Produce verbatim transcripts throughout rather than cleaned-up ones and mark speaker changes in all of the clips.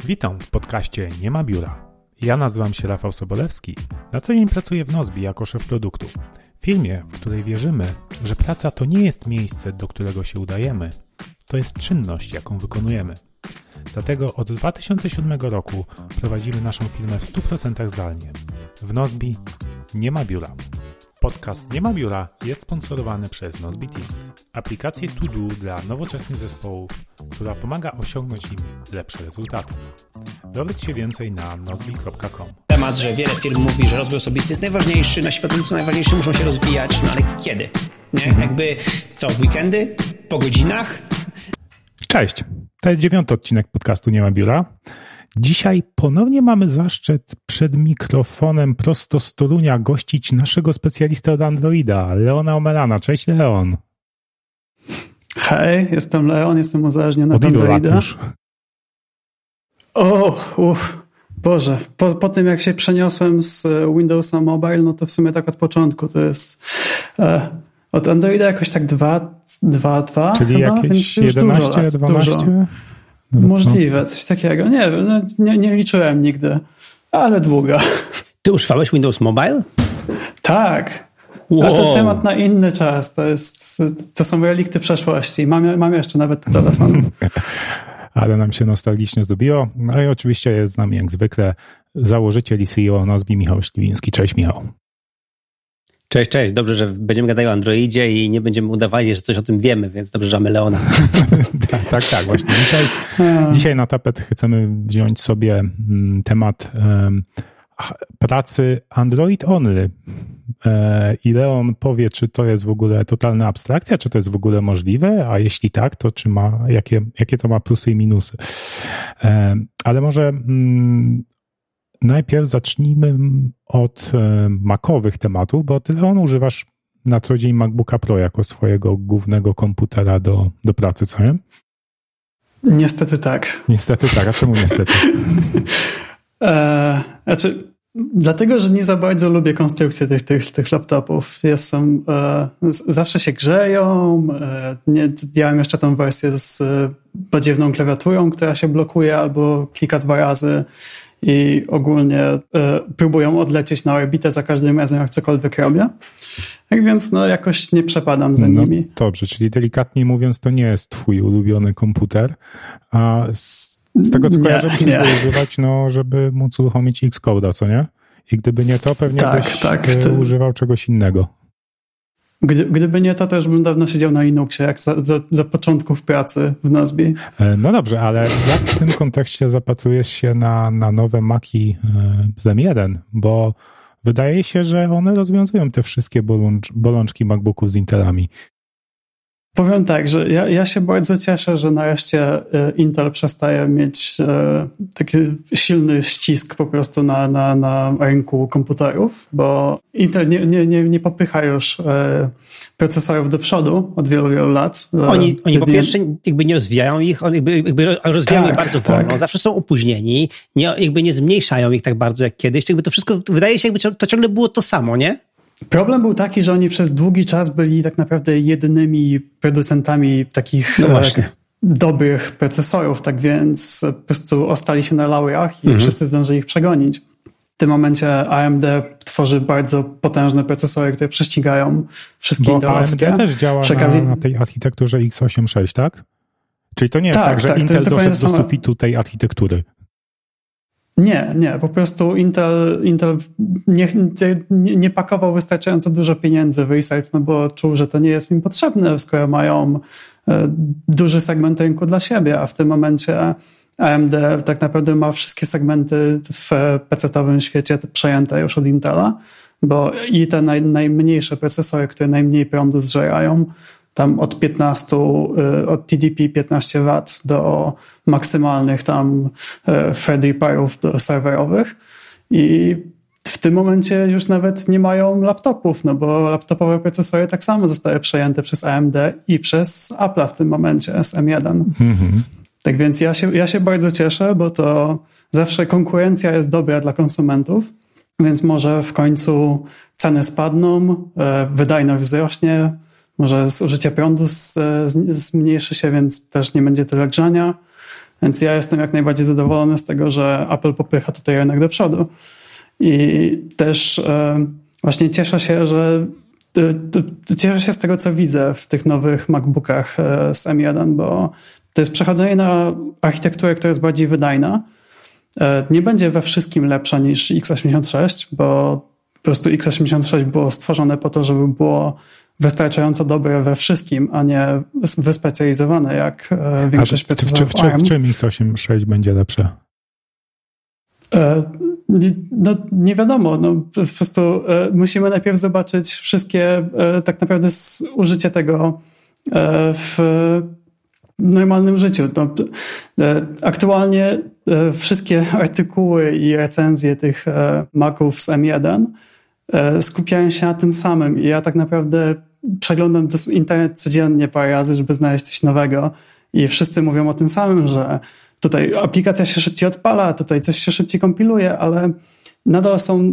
Speaker 1: Witam w podcaście Nie ma biura. Ja nazywam się Rafał Sobolewski. Na co dzień pracuję w Nozbi jako szef produktu. Firmie, w której wierzymy, że praca to nie jest miejsce, do którego się udajemy. To jest czynność, jaką wykonujemy. Dlatego od dwa tysiące siódmego roku prowadzimy naszą firmę w stu procentach zdalnie. W Nozbi nie ma biura. Podcast Nie ma biura jest sponsorowany przez Nozbi Teams, aplikację to do dla nowoczesnych zespołów, która pomaga osiągnąć im lepsze rezultaty. Dowiedz się więcej na nozbi kropka com.
Speaker 2: Temat, że wiele firm mówi, że rozwój osobisty jest najważniejszy, nasi pracownicy są najważniejsi, muszą się rozwijać, no ale kiedy? Nie? Mhm. Jakby co, w weekendy? Po godzinach?
Speaker 1: Cześć, to jest dziewiąty odcinek podcastu Nie ma biura. Dzisiaj ponownie mamy zaszczyt przed mikrofonem prosto z Torunia gościć naszego specjalistę od Androida, Leona Omerana. Cześć Leon.
Speaker 3: Hej, jestem Leon, jestem uzależniony od,
Speaker 1: od
Speaker 3: Androida.
Speaker 1: Już?
Speaker 3: O, uff, Boże, po, po tym jak się przeniosłem z Windowsa Mobile, no to w sumie tak od początku to jest e, od Androida jakoś tak dwa, dwa, dwa
Speaker 1: Czyli
Speaker 3: chyba,
Speaker 1: jakieś jedenaście, dwanaście?
Speaker 3: No, możliwe, coś takiego. Nie wiem, no, nie, nie liczyłem nigdy, ale długo.
Speaker 2: Ty używałeś Windows Mobile?
Speaker 3: Tak.
Speaker 2: Wow.
Speaker 3: Ale to temat na inny czas. To, jest, to są relikty przeszłości. Mam, mam jeszcze nawet telefon.
Speaker 1: Ale nam się nostalgicznie zdobiło. No i oczywiście jest z nami jak zwykle założyciel i C E O Nozbi Michał Śliwiński. Cześć Michał.
Speaker 2: Cześć, cześć. Dobrze, że będziemy gadali o Androidzie i nie będziemy udawali, że coś o tym wiemy, więc dobrze, że mamy Leona.
Speaker 1: tak, tak, tak. Właśnie dzisiaj, dzisiaj na tapet chcemy wziąć sobie temat um, pracy Android only. I Leon powie, czy to jest w ogóle totalna abstrakcja, czy to jest w ogóle możliwe, a jeśli tak, to czy ma, jakie, jakie to ma plusy i minusy. Ale może mm, najpierw zacznijmy od macowych tematów, bo ty, Leon, używasz na co dzień MacBooka Pro jako swojego głównego komputera do, do pracy, co nie?
Speaker 3: Niestety tak.
Speaker 1: Niestety tak, a czemu niestety?
Speaker 3: e, znaczy, dlatego, że nie za bardzo lubię konstrukcję tych, tych, tych laptopów. Jest, są, e, zawsze się grzeją. E, nie, ja mam jeszcze tą wersję z e, badziewną klawiaturą, która się blokuje albo klika dwa razy i ogólnie e, próbują odlecieć na orbitę za każdym razem, jak cokolwiek robię. Tak więc no, jakoś nie przepadam za
Speaker 1: no,
Speaker 3: nimi.
Speaker 1: Dobrze, czyli delikatnie mówiąc, to nie jest twój ulubiony komputer, a z, z tego co kojarzę, musisz go używać, no, żeby móc uruchomić Xcode'a, co nie? I gdyby nie to, pewnie
Speaker 3: tak,
Speaker 1: byś
Speaker 3: tak,
Speaker 1: ty... używał czegoś innego.
Speaker 3: Gdy, gdyby nie to, też bym dawno siedział na Linuxie, jak za, za, za początków pracy w Nozbi.
Speaker 1: No dobrze, ale jak w tym kontekście zapatrujesz się na, na nowe Maci z M jeden? Bo wydaje się, że one rozwiązują te wszystkie bolącz, bolączki MacBooków z Intelami.
Speaker 3: Powiem tak, że ja, ja się bardzo cieszę, że nareszcie Intel przestaje mieć taki silny ścisk po prostu na, na, na rynku komputerów, bo Intel nie, nie, nie, nie popycha już procesorów do przodu od wielu, wielu lat.
Speaker 2: Oni, oni po pierwsze jakby nie rozwijają ich, oni jakby, jakby rozwijają
Speaker 3: tak,
Speaker 2: ich bardzo
Speaker 3: tak.
Speaker 2: wolno, zawsze są opóźnieni, nie, jakby nie zmniejszają ich tak bardzo jak kiedyś, jakby to wszystko, wydaje się jakby to ciągle było to samo, nie?
Speaker 3: Problem był taki, że oni przez długi czas byli tak naprawdę jedynymi producentami takich
Speaker 2: no właśnie.
Speaker 3: dobrych procesorów, tak więc po prostu ostali się na laurach i
Speaker 1: mhm.
Speaker 3: wszyscy zdążyli ich przegonić. W tym momencie A M D tworzy bardzo potężne procesory, które prześcigają wszystkie intelowskie.
Speaker 1: A M D też działa
Speaker 3: okazji...
Speaker 1: na, na tej architekturze X osiemdziesiąt sześć, tak? Czyli to nie jest tak, tak że
Speaker 3: tak,
Speaker 1: Intel doszedł do
Speaker 3: sama...
Speaker 1: sufitu tej architektury.
Speaker 3: Nie, nie, po prostu Intel, Intel nie, nie, nie pakował wystarczająco dużo pieniędzy w research, no bo czuł, że to nie jest im potrzebne, skoro mają duży segment rynku dla siebie, a w tym momencie A M D tak naprawdę ma wszystkie segmenty w pecetowym świecie przejęte już od Intela, bo i te naj, najmniejsze procesory, które najmniej prądu zżerają, tam od piętnaście, od T D P piętnaście watów do maksymalnych tam Threadripperów do serwerowych i w tym momencie już nawet nie mają laptopów, no bo laptopowe procesory tak samo zostały przejęte przez A M D i przez Apple'a w tym momencie z M jeden. Mhm. Tak więc ja się, ja się bardzo cieszę, bo to zawsze konkurencja jest dobra dla konsumentów, więc może w końcu ceny spadną, wydajność wzrośnie, może zużycie prądu zmniejszy się, więc też nie będzie tyle grzania. Więc ja jestem jak najbardziej zadowolony z tego, że Apple popycha tutaj rynek do przodu. I też właśnie cieszę się, że cieszę się z tego, co widzę w tych nowych MacBookach z M jeden, bo to jest przechodzenie na architekturę, która jest bardziej wydajna. Nie będzie we wszystkim lepsza niż x osiemdziesiąt sześć, bo po prostu x osiemdziesiąt sześć było stworzone po to, żeby było wystarczająco dobre we wszystkim, a nie wyspecjalizowane jak większość procesorów
Speaker 1: A w, w, w, w czym x osiemdziesiąt sześć będzie lepsze?
Speaker 3: No nie wiadomo, no po prostu musimy najpierw zobaczyć wszystkie tak naprawdę użycie tego w normalnym życiu. No, aktualnie wszystkie artykuły i recenzje tych Maców z M jeden skupiają się na tym samym i ja tak naprawdę przeglądam internet codziennie parę razy, żeby znaleźć coś nowego i wszyscy mówią o tym samym, że tutaj aplikacja się szybciej odpala, tutaj coś się szybciej kompiluje, ale nadal są,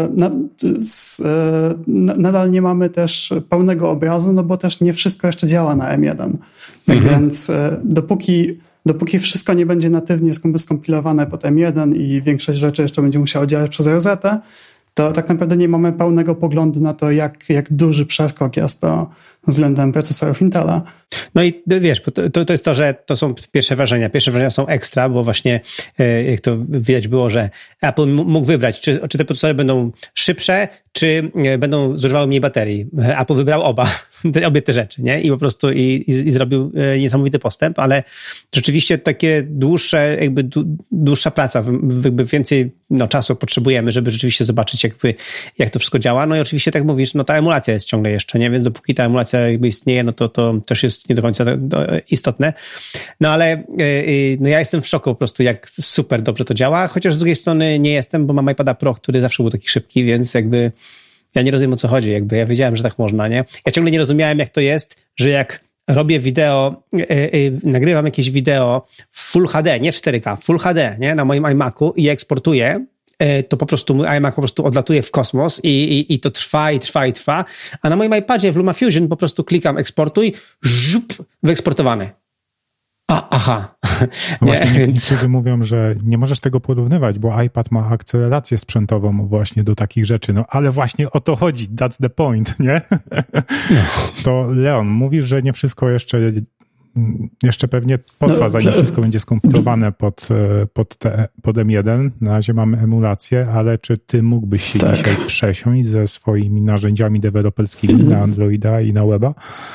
Speaker 3: nadal nie mamy też pełnego obrazu, no bo też nie wszystko jeszcze działa na M jeden. Tak mhm. Więc dopóki, dopóki wszystko nie będzie natywnie skompilowane pod M jeden i większość rzeczy jeszcze będzie musiało działać przez Rosetę, to tak naprawdę nie mamy pełnego poglądu na to, jak, jak duży przeskok jest to względem procesorów Intela.
Speaker 2: No i wiesz, to, to jest to, że to są pierwsze wrażenia. Pierwsze wrażenia są ekstra, bo właśnie jak to widać było, że Apple mógł wybrać, czy, czy te procesory będą szybsze, czy będą zużywały mniej baterii. Apple wybrał oba, obie te rzeczy, nie? I po prostu i, i, i zrobił niesamowity postęp, ale rzeczywiście takie dłuższe, jakby dłuższa praca, jakby więcej no, czasu potrzebujemy, żeby rzeczywiście zobaczyć, jakby, jak to wszystko działa. No i oczywiście, tak mówisz, no ta emulacja jest ciągle jeszcze, nie? Więc dopóki ta emulacja jakby istnieje, no to, to też jest nie do końca istotne. No ale no ja jestem w szoku po prostu, jak super dobrze to działa, chociaż z drugiej strony nie jestem, bo mam iPada Pro, który zawsze był taki szybki, więc jakby ja nie rozumiem, o co chodzi. Jakby ja wiedziałem, że tak można, nie? Ja ciągle nie rozumiałem, jak to jest, że jak robię wideo, yy, yy, nagrywam jakieś wideo w Full H D, nie w cztery K, Full H D, nie? Na moim iMacu i je eksportuję, yy, to po prostu mój iMac po prostu odlatuje w kosmos i, i, i to trwa i trwa i trwa, a na moim iPadzie w LumaFusion po prostu klikam eksportuj, żup, wyeksportowany. A, aha.
Speaker 1: Nie, właśnie więc... Niektórzy mówią, że nie możesz tego porównywać, bo iPad ma akcelerację sprzętową właśnie do takich rzeczy. No ale właśnie o to chodzi. That's the point, nie? No. To Leon, mówisz, że nie wszystko jeszcze jeszcze pewnie potrwa, no, zanim że... wszystko będzie skompilowane pod, pod, te, pod M jeden. Na razie mamy emulację, ale czy ty mógłbyś się tak. dzisiaj przesiąść ze swoimi narzędziami deweloperskimi na Androida i na weba?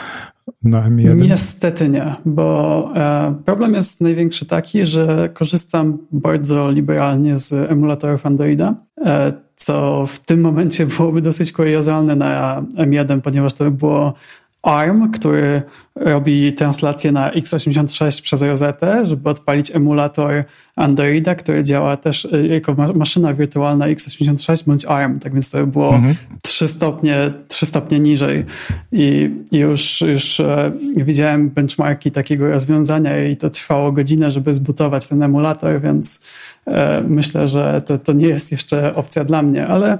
Speaker 1: Na M jeden?
Speaker 3: Niestety nie, bo e, problem jest największy taki, że korzystam bardzo liberalnie z emulatorów Androida, e, co w tym momencie byłoby dosyć kuriozalne na M jeden, ponieważ to by było A R M, który robi translację na x osiemdziesiąt sześć przez Rosetę, żeby odpalić emulator Androida, który działa też jako maszyna wirtualna x osiemdziesiąt sześć bądź A R M. Tak więc to by było mhm. trzy stopnie, trzy stopnie niżej. I już, już widziałem benchmarki takiego rozwiązania i to trwało godzinę, żeby zbutować ten emulator, więc myślę, że to, to nie jest jeszcze opcja dla mnie, ale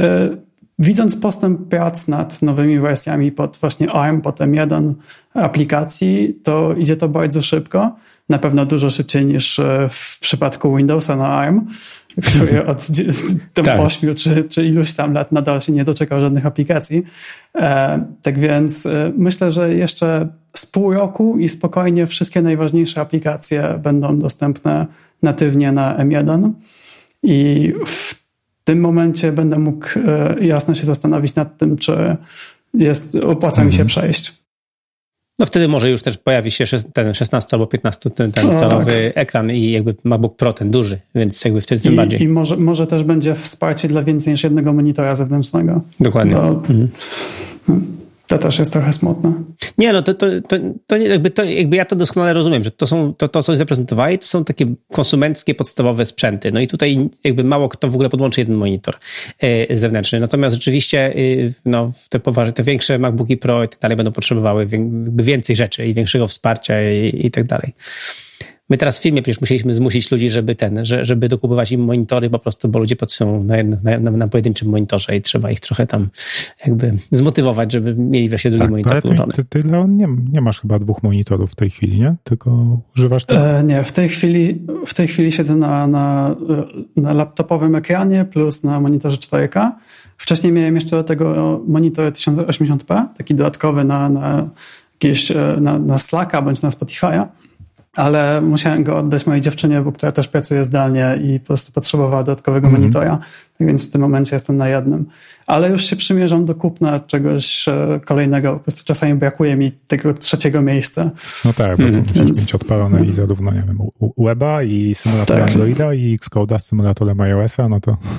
Speaker 3: widząc postęp prac nad nowymi wersjami pod właśnie A R M, pod M jeden aplikacji, to idzie to bardzo szybko. Na pewno dużo szybciej niż w przypadku Windowsa na A R M, który od tak. ośmiu czy, czy iluś tam lat nadal się nie doczekał żadnych aplikacji. E, tak więc e, myślę, że jeszcze z pół roku i spokojnie wszystkie najważniejsze aplikacje będą dostępne natywnie na M jeden. I w W tym momencie będę mógł jasno się zastanowić nad tym, czy jest, opłaca mi się przejść.
Speaker 2: No wtedy może już też pojawi się ten szesnaście albo piętnaście ten, ten no, calowy tak. ekran i jakby MacBook Pro, ten duży, więc jakby wtedy tym
Speaker 3: I,
Speaker 2: bardziej.
Speaker 3: I może, może też będzie wsparcie dla więcej niż jednego monitora zewnętrznego.
Speaker 2: Dokładnie. Bo,
Speaker 3: mhm. no, to też jest trochę smutne.
Speaker 2: Nie, no to, to, to, to, jakby, to jakby ja to doskonale rozumiem, że to są to, to co zaprezentowali, to są takie konsumenckie, podstawowe sprzęty. No i tutaj jakby mało kto w ogóle podłączy jeden monitor yy, zewnętrzny. Natomiast rzeczywiście yy, no, te poważne, te większe MacBooki Pro i tak dalej będą potrzebowały wie, więcej rzeczy i większego wsparcia i, i tak dalej. My teraz w filmie przecież musieliśmy zmusić ludzi, żeby ten, że, żeby dokupywać im monitory po prostu, bo ludzie pracują na, na, na, na pojedynczym monitorze i trzeba ich trochę tam jakby zmotywować, żeby mieli wreszcie drugi
Speaker 1: tak,
Speaker 2: monitor
Speaker 1: ale
Speaker 2: podłączony.
Speaker 1: Ty, ty, ty Leon, nie, nie masz chyba dwóch monitorów w tej chwili, nie? Tylko używasz tego?
Speaker 3: E, nie, w tej chwili w tej chwili siedzę na, na, na laptopowym ekranie plus na monitorze cztery K. Wcześniej miałem jeszcze do tego monitor tysiąc osiemdziesiąt p, taki dodatkowy na, na, jakieś, na, na Slacka bądź na Spotify'a, ale musiałem go oddać mojej dziewczynie, bo która też pracuje zdalnie i po prostu potrzebowała dodatkowego mm-hmm. monitora, tak więc w tym momencie jestem na jednym. Ale już się przymierzam do kupna czegoś kolejnego, po prostu czasami brakuje mi tego trzeciego miejsca.
Speaker 1: No tak, bo
Speaker 3: mm,
Speaker 1: to musisz więc... mieć odpalone i zarówno, nie wiem, weba i symulator tak. Androida i Xcode'a z symulatorem iOS-a, no to...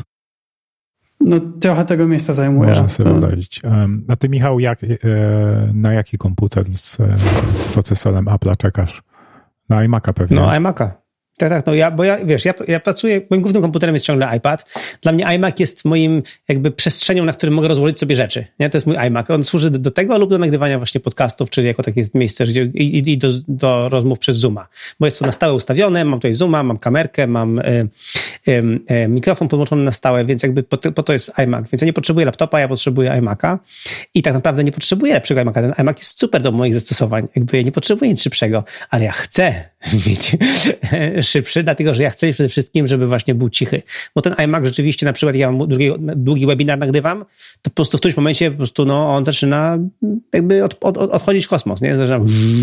Speaker 3: No trochę tego miejsca zajmuje.
Speaker 1: Można sobie
Speaker 3: to...
Speaker 1: wyobrazić. Um, a ty, Michał, jak, e, na jaki komputer z e, procesorem Apple'a czekasz? Na iMac'a pewnie.
Speaker 2: No iMac'a. Tak, tak, no ja, bo ja, wiesz, ja, ja pracuję, moim głównym komputerem jest ciągle iPad. Dla mnie iMac jest moim jakby przestrzenią, na którym mogę rozłożyć sobie rzeczy. Nie? To jest mój iMac. On służy do, do tego lub do nagrywania właśnie podcastów, czyli jako takie miejsce gdzie, i, i do, do rozmów przez Zooma. Bo jest to na stałe ustawione, mam tutaj Zooma, mam kamerkę, mam y, y, y, mikrofon podłączony na stałe, więc jakby po, po to jest iMac. Więc ja nie potrzebuję laptopa, ja potrzebuję iMac'a i tak naprawdę nie potrzebuję lepszego iMac'a. Ten iMac jest super do moich zastosowań. Jakby ja nie potrzebuję nic szybszego, ale ja chcę mieć szybszy, dlatego że ja chcę przede wszystkim, żeby właśnie był cichy. Bo ten iMac rzeczywiście, na przykład ja mam długi, długi webinar nagrywam, to po prostu w którymś momencie po prostu no, on zaczyna jakby od, od, odchodzić w kosmos, nie? Zaczyna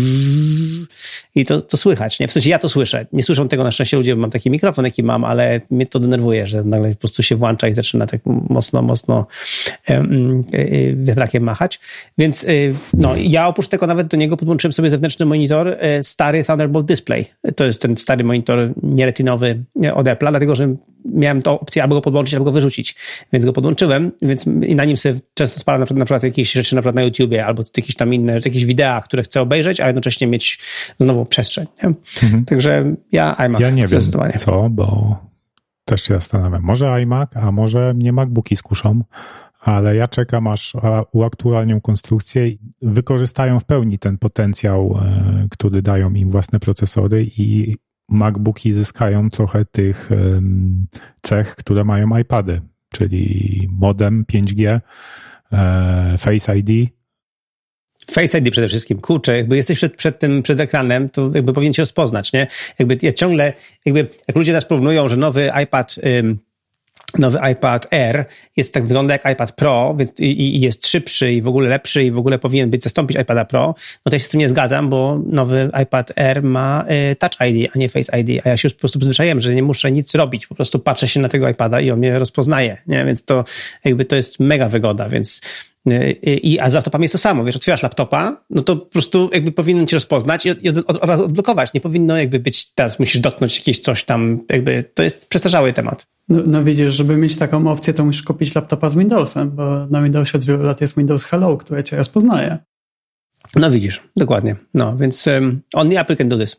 Speaker 2: i to, to słychać, nie? W sensie ja to słyszę. Nie słyszą tego na szczęście ludzie, bo mam taki mikrofon, jaki mam, ale mnie to denerwuje, że nagle po prostu się włącza i zaczyna tak mocno, mocno wiatrakiem machać. Więc no, ja oprócz tego nawet do niego podłączyłem sobie zewnętrzny monitor, stary Thunderbolt Display. To jest ten stary monitor nieretinowy od Apple'a, dlatego że miałem tą opcję albo go podłączyć, albo go wyrzucić. Więc go podłączyłem, więc i na nim sobie często odpalam na przykład, na przykład jakieś rzeczy na przykład na YouTubie, albo jakieś tam inne, jakieś wideo, które chcę obejrzeć, a jednocześnie mieć znowu przestrzeń. Nie? Mhm. Także ja iMac.
Speaker 1: Ja nie wiem co, bo też się zastanawiam. Może iMac, a może mnie MacBooki skuszą, ale ja czekam, aż uaktualnią konstrukcję i wykorzystają w pełni ten potencjał, który dają im własne procesory i MacBooki zyskają trochę tych cech, które mają iPady, czyli modem pięć G, Face I D.
Speaker 2: Face I D przede wszystkim. Kurczę, jakby jesteś przed, przed tym, przed ekranem, to jakby powinien cię rozpoznać, nie? Jakby ja ciągle, jakby jak ludzie nas porównują, że nowy iPad... Ym, Nowy iPad Air jest tak, wygląda jak iPad Pro więc i, i jest szybszy i w ogóle lepszy i w ogóle powinien być zastąpić iPada Pro, no to ja się z tym nie zgadzam, bo nowy iPad Air ma y, Touch I D, a nie Face I D, a ja się już po prostu przyzwyczaiłem, że nie muszę nic robić, po prostu patrzę się na tego iPada i on mnie rozpoznaje, nie? Więc to jakby to jest mega wygoda, więc I, a z laptopami jest to samo, wiesz, otwierasz laptopa, no to po prostu jakby powinien cię rozpoznać i od, od, od, od odblokować. Nie powinno jakby być, teraz musisz dotknąć jakieś coś tam, jakby to jest przestarzały temat.
Speaker 3: No, no widzisz, żeby mieć taką opcję, to musisz kupić laptopa z Windowsem, bo na Windowsie od wielu lat jest Windows Hello, które cię rozpoznaje.
Speaker 2: No widzisz, dokładnie. No, więc um, only Apple can do this.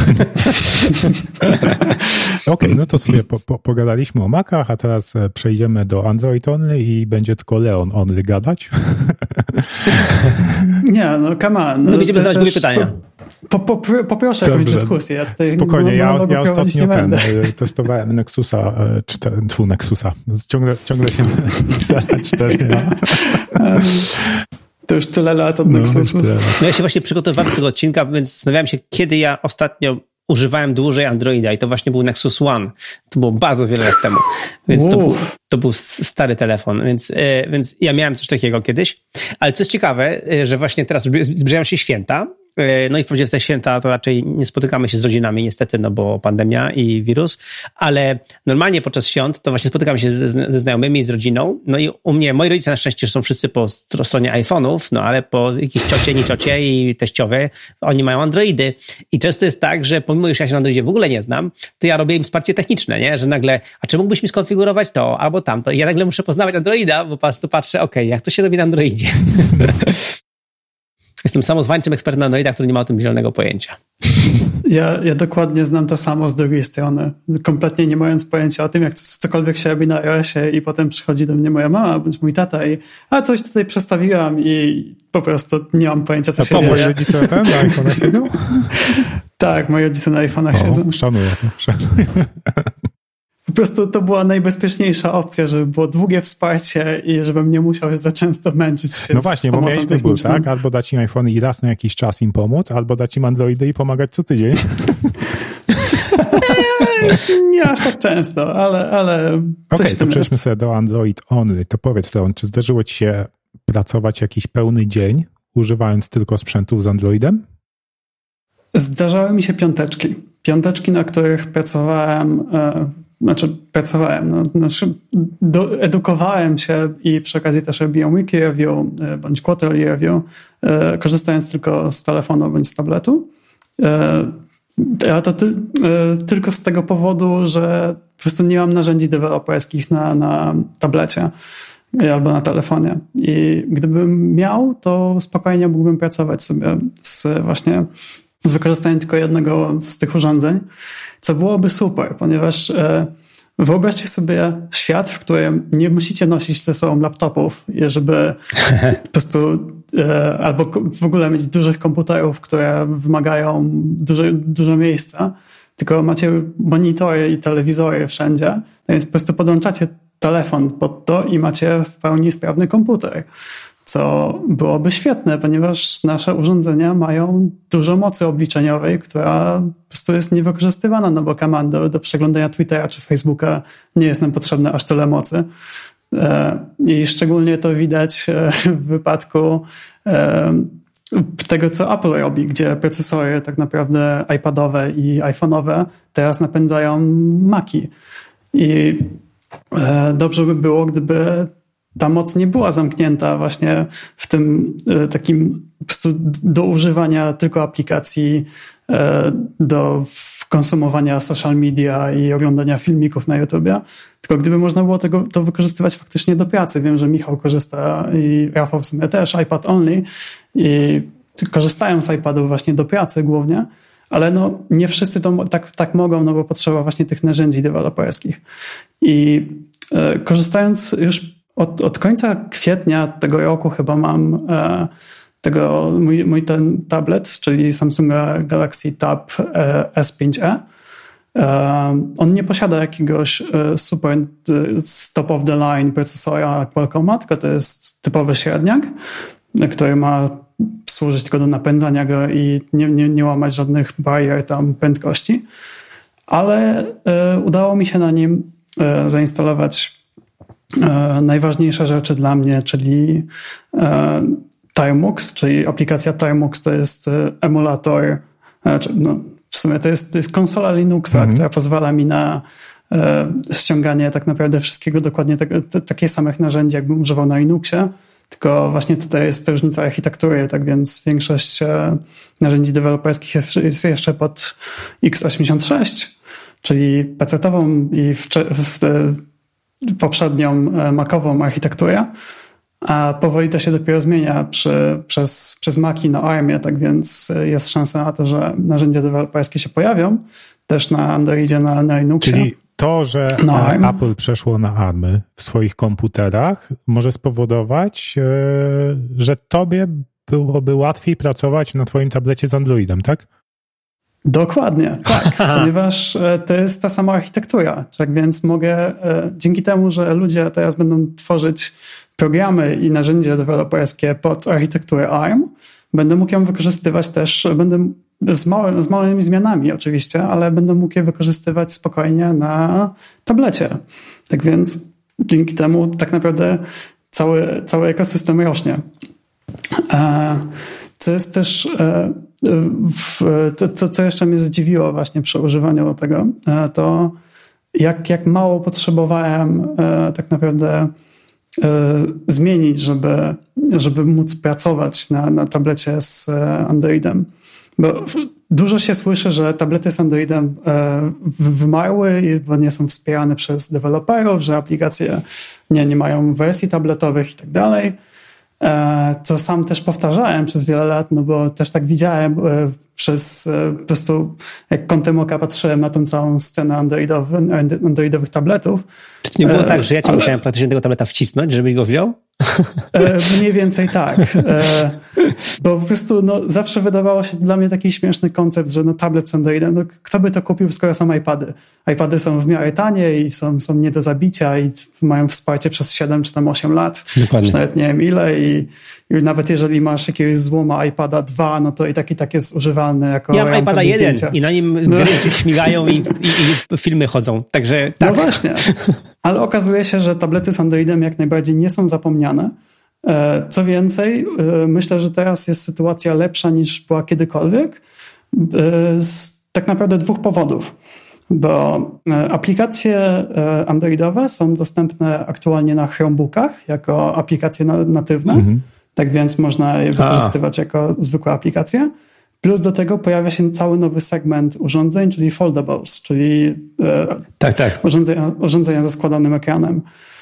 Speaker 1: Okej, okay, no to sobie po, po, pogadaliśmy o Macach, a teraz przejdziemy do Android Only i będzie tylko Leon Only gadać.
Speaker 3: Nie, no come on.
Speaker 2: No, no będziemy zadawać głupie pytania.
Speaker 3: Po, po, po, poproszę jakąś dyskusję. Ja tutaj
Speaker 1: spokojnie, ja, ja ostatnio ten, testowałem Nexusa, cztery, tfu, Nexusa. Ciągle, ciągle się Nexusa cztery.
Speaker 3: To już tyle lat od Nexusu.
Speaker 2: No, no ja się właśnie przygotowywałem do tego odcinka, więc zastanawiałem się, kiedy ja ostatnio używałem dłużej Androida i to właśnie był Nexus One. To było bardzo wiele lat temu. Więc to był, to był stary telefon, więc, więc ja miałem coś takiego kiedyś. Ale co jest ciekawe, że właśnie teraz zbliżają się święta. No i wprawdzie w te święta to raczej nie spotykamy się z rodzinami niestety, no bo pandemia i wirus, ale normalnie podczas świąt to właśnie spotykamy się ze, ze znajomymi, z rodziną. No i u mnie, moi rodzice na szczęście są wszyscy po stronie iPhone'ów, no ale po jakieś ciocie, nie ciocie i teściowe, oni mają Androidy. I często jest tak, że pomimo, że ja się na Androidzie w ogóle nie znam, to ja robię im wsparcie techniczne, nie? Że nagle, a czy mógłbyś mi skonfigurować to albo tamto? I ja nagle muszę poznawać Androida, bo po prostu patrzę, okej, okay, jak to się robi na Androidzie? Jestem samozwańczym ekspertem na Androida, który nie ma o tym zielonego pojęcia.
Speaker 3: Ja, ja dokładnie znam to samo z drugiej strony. Kompletnie nie mając pojęcia o tym, jak cokolwiek się robi na iOSie i potem przychodzi do mnie moja mama bądź mój tata i a coś tutaj przestawiłam i po prostu nie mam pojęcia, co
Speaker 1: a
Speaker 3: się dzieje.
Speaker 1: A rodzice ten na iPhone'ach siedzą?
Speaker 3: Tak, moi rodzice na iPhone'ach siedzą.
Speaker 1: Szanuję to, szanuję.
Speaker 3: Po prostu to była najbezpieczniejsza opcja, żeby było długie wsparcie i żebym nie musiał za często męczyć się.
Speaker 1: No właśnie,
Speaker 3: z
Speaker 1: bo
Speaker 3: pomocą
Speaker 1: miałeś wybór,
Speaker 3: techniczną.
Speaker 1: tak? Albo dać im iPhone i raz na jakiś czas im pomóc, albo dać im Androidy i pomagać co tydzień.
Speaker 3: Nie aż tak często, ale, ale coś
Speaker 1: Okej,
Speaker 3: w
Speaker 1: to
Speaker 3: tym
Speaker 1: przejdźmy
Speaker 3: jest.
Speaker 1: sobie do Android Only. To powiedz, Leon, czy zdarzyło ci się pracować jakiś pełny dzień, używając tylko sprzętów z Androidem?
Speaker 3: Zdarzały mi się piąteczki. Piąteczki, na których pracowałem, e, znaczy pracowałem, no, znaczy do, edukowałem się i przy okazji też robiłem weekly review e, bądź quarterly review, e, korzystając tylko z telefonu bądź z tabletu. E, ale to ty, e, tylko z tego powodu, że po prostu nie mam narzędzi deweloperskich na, na tablecie albo na telefonie. I gdybym miał, to spokojnie mógłbym pracować sobie z właśnie z wykorzystaniem tylko jednego z tych urządzeń, co byłoby super, ponieważ e, wyobraźcie sobie świat, w którym nie musicie nosić ze sobą laptopów, żeby po prostu e, albo w ogóle mieć dużych komputerów, które wymagają dużo, dużo miejsca, tylko macie monitory i telewizory wszędzie, więc po prostu podłączacie telefon pod to i macie w pełni sprawny komputer. Co byłoby świetne, ponieważ nasze urządzenia mają dużo mocy obliczeniowej, która po prostu jest niewykorzystywana, no bo komando do przeglądania Twittera czy Facebooka nie jest nam potrzebne aż tyle mocy. I szczególnie to widać w wypadku tego, co Apple robi, gdzie procesory tak naprawdę iPadowe i iPhone'owe teraz napędzają Maci. I dobrze by było, gdyby ta moc nie była zamknięta właśnie w tym takim po prostu do używania tylko aplikacji, do konsumowania social media i oglądania filmików na YouTubie, tylko gdyby można było tego, to wykorzystywać faktycznie do pracy. Wiem, że Michał korzysta i Rafał w sumie też, iPad only i korzystają z iPadów właśnie do pracy głównie, ale no nie wszyscy to tak, tak mogą, no bo potrzeba właśnie tych narzędzi deweloperskich. I e, korzystając już Od, od końca kwietnia tego roku chyba mam e, tego, mój, mój ten tablet, czyli Samsunga Galaxy Tab e, S pięć e. E, on nie posiada jakiegoś e, super top of the line procesora Qualcomma, tylko to jest typowy średniak, który ma służyć tylko do napędzania go i nie, nie, nie łamać żadnych barier tam prędkości. Ale e, udało mi się na nim e, zainstalować najważniejsze rzeczy dla mnie, czyli Timeworks, czyli aplikacja Timeworks to jest emulator, no w sumie to jest, to jest konsola Linuxa, mhm. która pozwala mi na ściąganie tak naprawdę wszystkiego dokładnie tego, t- takich samych narzędzi, jakbym używał na Linuxie, tylko właśnie tutaj jest różnica architektury, tak więc większość narzędzi deweloperskich jest, jest jeszcze pod x osiemdziesiąt sześć, czyli pecetową i w, w te poprzednią macową architekturę, a powoli to się dopiero zmienia przy, przez, przez Maci na ARMie, tak więc jest szansa na to, że narzędzia deweloperskie się pojawią też na Androidzie, na, na Linuxie.
Speaker 1: Czyli to, że no, Apple przeszło na ARMy w swoich komputerach, może spowodować, że tobie byłoby łatwiej pracować na twoim tablecie z Androidem, tak?
Speaker 3: Dokładnie, tak, ponieważ to jest ta sama architektura, tak więc mogę, dzięki temu, że ludzie teraz będą tworzyć programy i narzędzia deweloperskie pod architekturę ARM, będę mógł ją wykorzystywać też, będę z, małe, z małymi zmianami oczywiście, ale będę mógł je wykorzystywać spokojnie na tablecie. Tak więc dzięki temu tak naprawdę cały, cały ekosystem rośnie. Co jest też, co, co jeszcze mnie zdziwiło właśnie przy używaniu tego, to jak, jak mało potrzebowałem tak naprawdę zmienić, żeby, żeby móc pracować na, na tablecie z Androidem. Bo dużo się słyszy, że tablety z Androidem wymarły, bo nie są wspierane przez deweloperów, że aplikacje nie, nie mają wersji tabletowych i tak dalej. Co sam też powtarzałem przez wiele lat, no bo też tak widziałem przez po prostu jak kątem oka patrzyłem na tą całą scenę androidowy, androidowych tabletów.
Speaker 2: Czy to nie było tak, że ja ci
Speaker 3: ale...
Speaker 2: musiałem praktycznie tego tableta wcisnąć, żebyś go wziął?
Speaker 3: Mniej więcej tak. Bo po prostu no, zawsze wydawało się dla mnie taki śmieszny koncept, że no, tablet z Androidem, no, kto by to kupił, skoro są iPady? iPady są w miarę tanie i są, są nie do zabicia i mają wsparcie przez siedem czy tam osiem lat.
Speaker 2: Dokładnie.
Speaker 3: Już nawet nie wiem ile i, i nawet jeżeli masz jakiegoś złoma iPada dwa, no to i tak i tak jest używalny jako
Speaker 2: ja mam iPada jeden
Speaker 3: zdjęcia.
Speaker 2: I na nim no. gry śmigają i, i, i filmy chodzą. Także tak.
Speaker 3: No właśnie. Ale okazuje się, że tablety z Androidem jak najbardziej nie są zapomniane. Co więcej, myślę, że teraz jest sytuacja lepsza niż była kiedykolwiek z tak naprawdę dwóch powodów. Bo aplikacje androidowe są dostępne aktualnie na Chromebookach jako aplikacje natywne, mhm. tak więc można je wykorzystywać A. jako zwykłe aplikacje. Plus do tego pojawia się cały nowy segment urządzeń, czyli foldables, czyli
Speaker 2: tak, tak.
Speaker 3: Urządzenia, urządzenia ze składanym ekranem.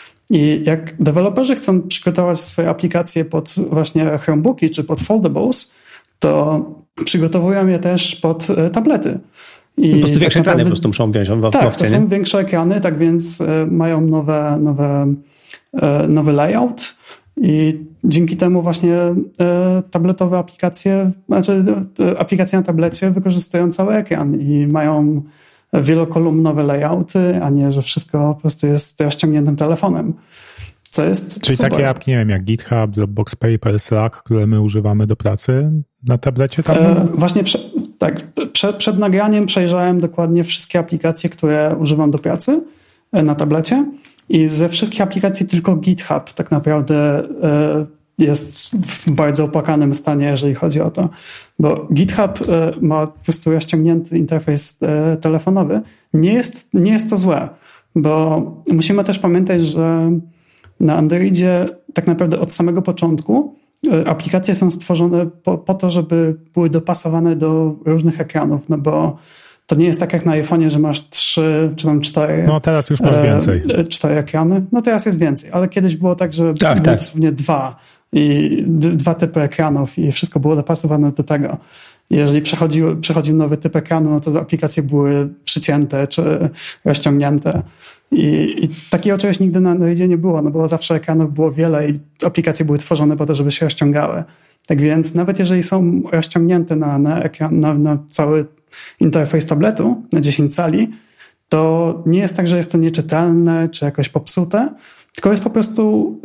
Speaker 3: I jak deweloperzy chcą przygotować swoje aplikacje pod właśnie Chromebooki czy pod foldables, to przygotowują je też pod tablety. I
Speaker 2: po prostu większe tak ekrany po prostu muszą wziąć w
Speaker 3: Tak,
Speaker 2: opcję,
Speaker 3: to
Speaker 2: nie?
Speaker 3: są większe ekrany, tak więc mają nowe, nowe, nowy layout i dzięki temu właśnie tabletowe aplikacje, znaczy aplikacje na tablecie wykorzystują cały ekran i mają wielokolumnowe layouty, a nie, że wszystko po prostu jest rozciągniętym telefonem. Co jest
Speaker 1: Czyli
Speaker 3: super.
Speaker 1: takie apki, nie wiem, jak GitHub, Dropbox Paper, Slack, które my używamy do pracy na tablecie? Tam?
Speaker 3: E, właśnie prze, tak, prze, przed nagraniem przejrzałem dokładnie wszystkie aplikacje, które używam do pracy na tablecie i ze wszystkich aplikacji tylko GitHub tak naprawdę e, jest w bardzo opłakanym stanie, jeżeli chodzi o to. Bo GitHub ma po prostu rozciągnięty interfejs telefonowy. Nie jest, nie jest to złe, bo musimy też pamiętać, że na Androidzie tak naprawdę od samego początku aplikacje są stworzone po, po to, żeby były dopasowane do różnych ekranów, no bo to nie jest tak jak na iPhone'ie, że masz trzy czy tam cztery.
Speaker 1: No teraz już masz więcej.
Speaker 3: E, cztery ekrany. No teraz jest więcej, ale kiedyś było tak, że
Speaker 2: tak,
Speaker 3: były
Speaker 2: tak.
Speaker 3: dosłownie dwa i d- dwa typy ekranów i wszystko było dopasowane do tego. Jeżeli przechodził, przechodził nowy typ ekranu, no to aplikacje były przycięte czy rozciągnięte. I, i takiego czegoś nigdy na Androidzie nie było, no bo zawsze ekranów było wiele i aplikacje były tworzone po to, żeby się rozciągały. Tak więc nawet jeżeli są rozciągnięte na, na, ekran, na, na cały interfejs tabletu, na dziesięć cali, to nie jest tak, że jest to nieczytelne czy jakoś popsute, tylko jest po prostu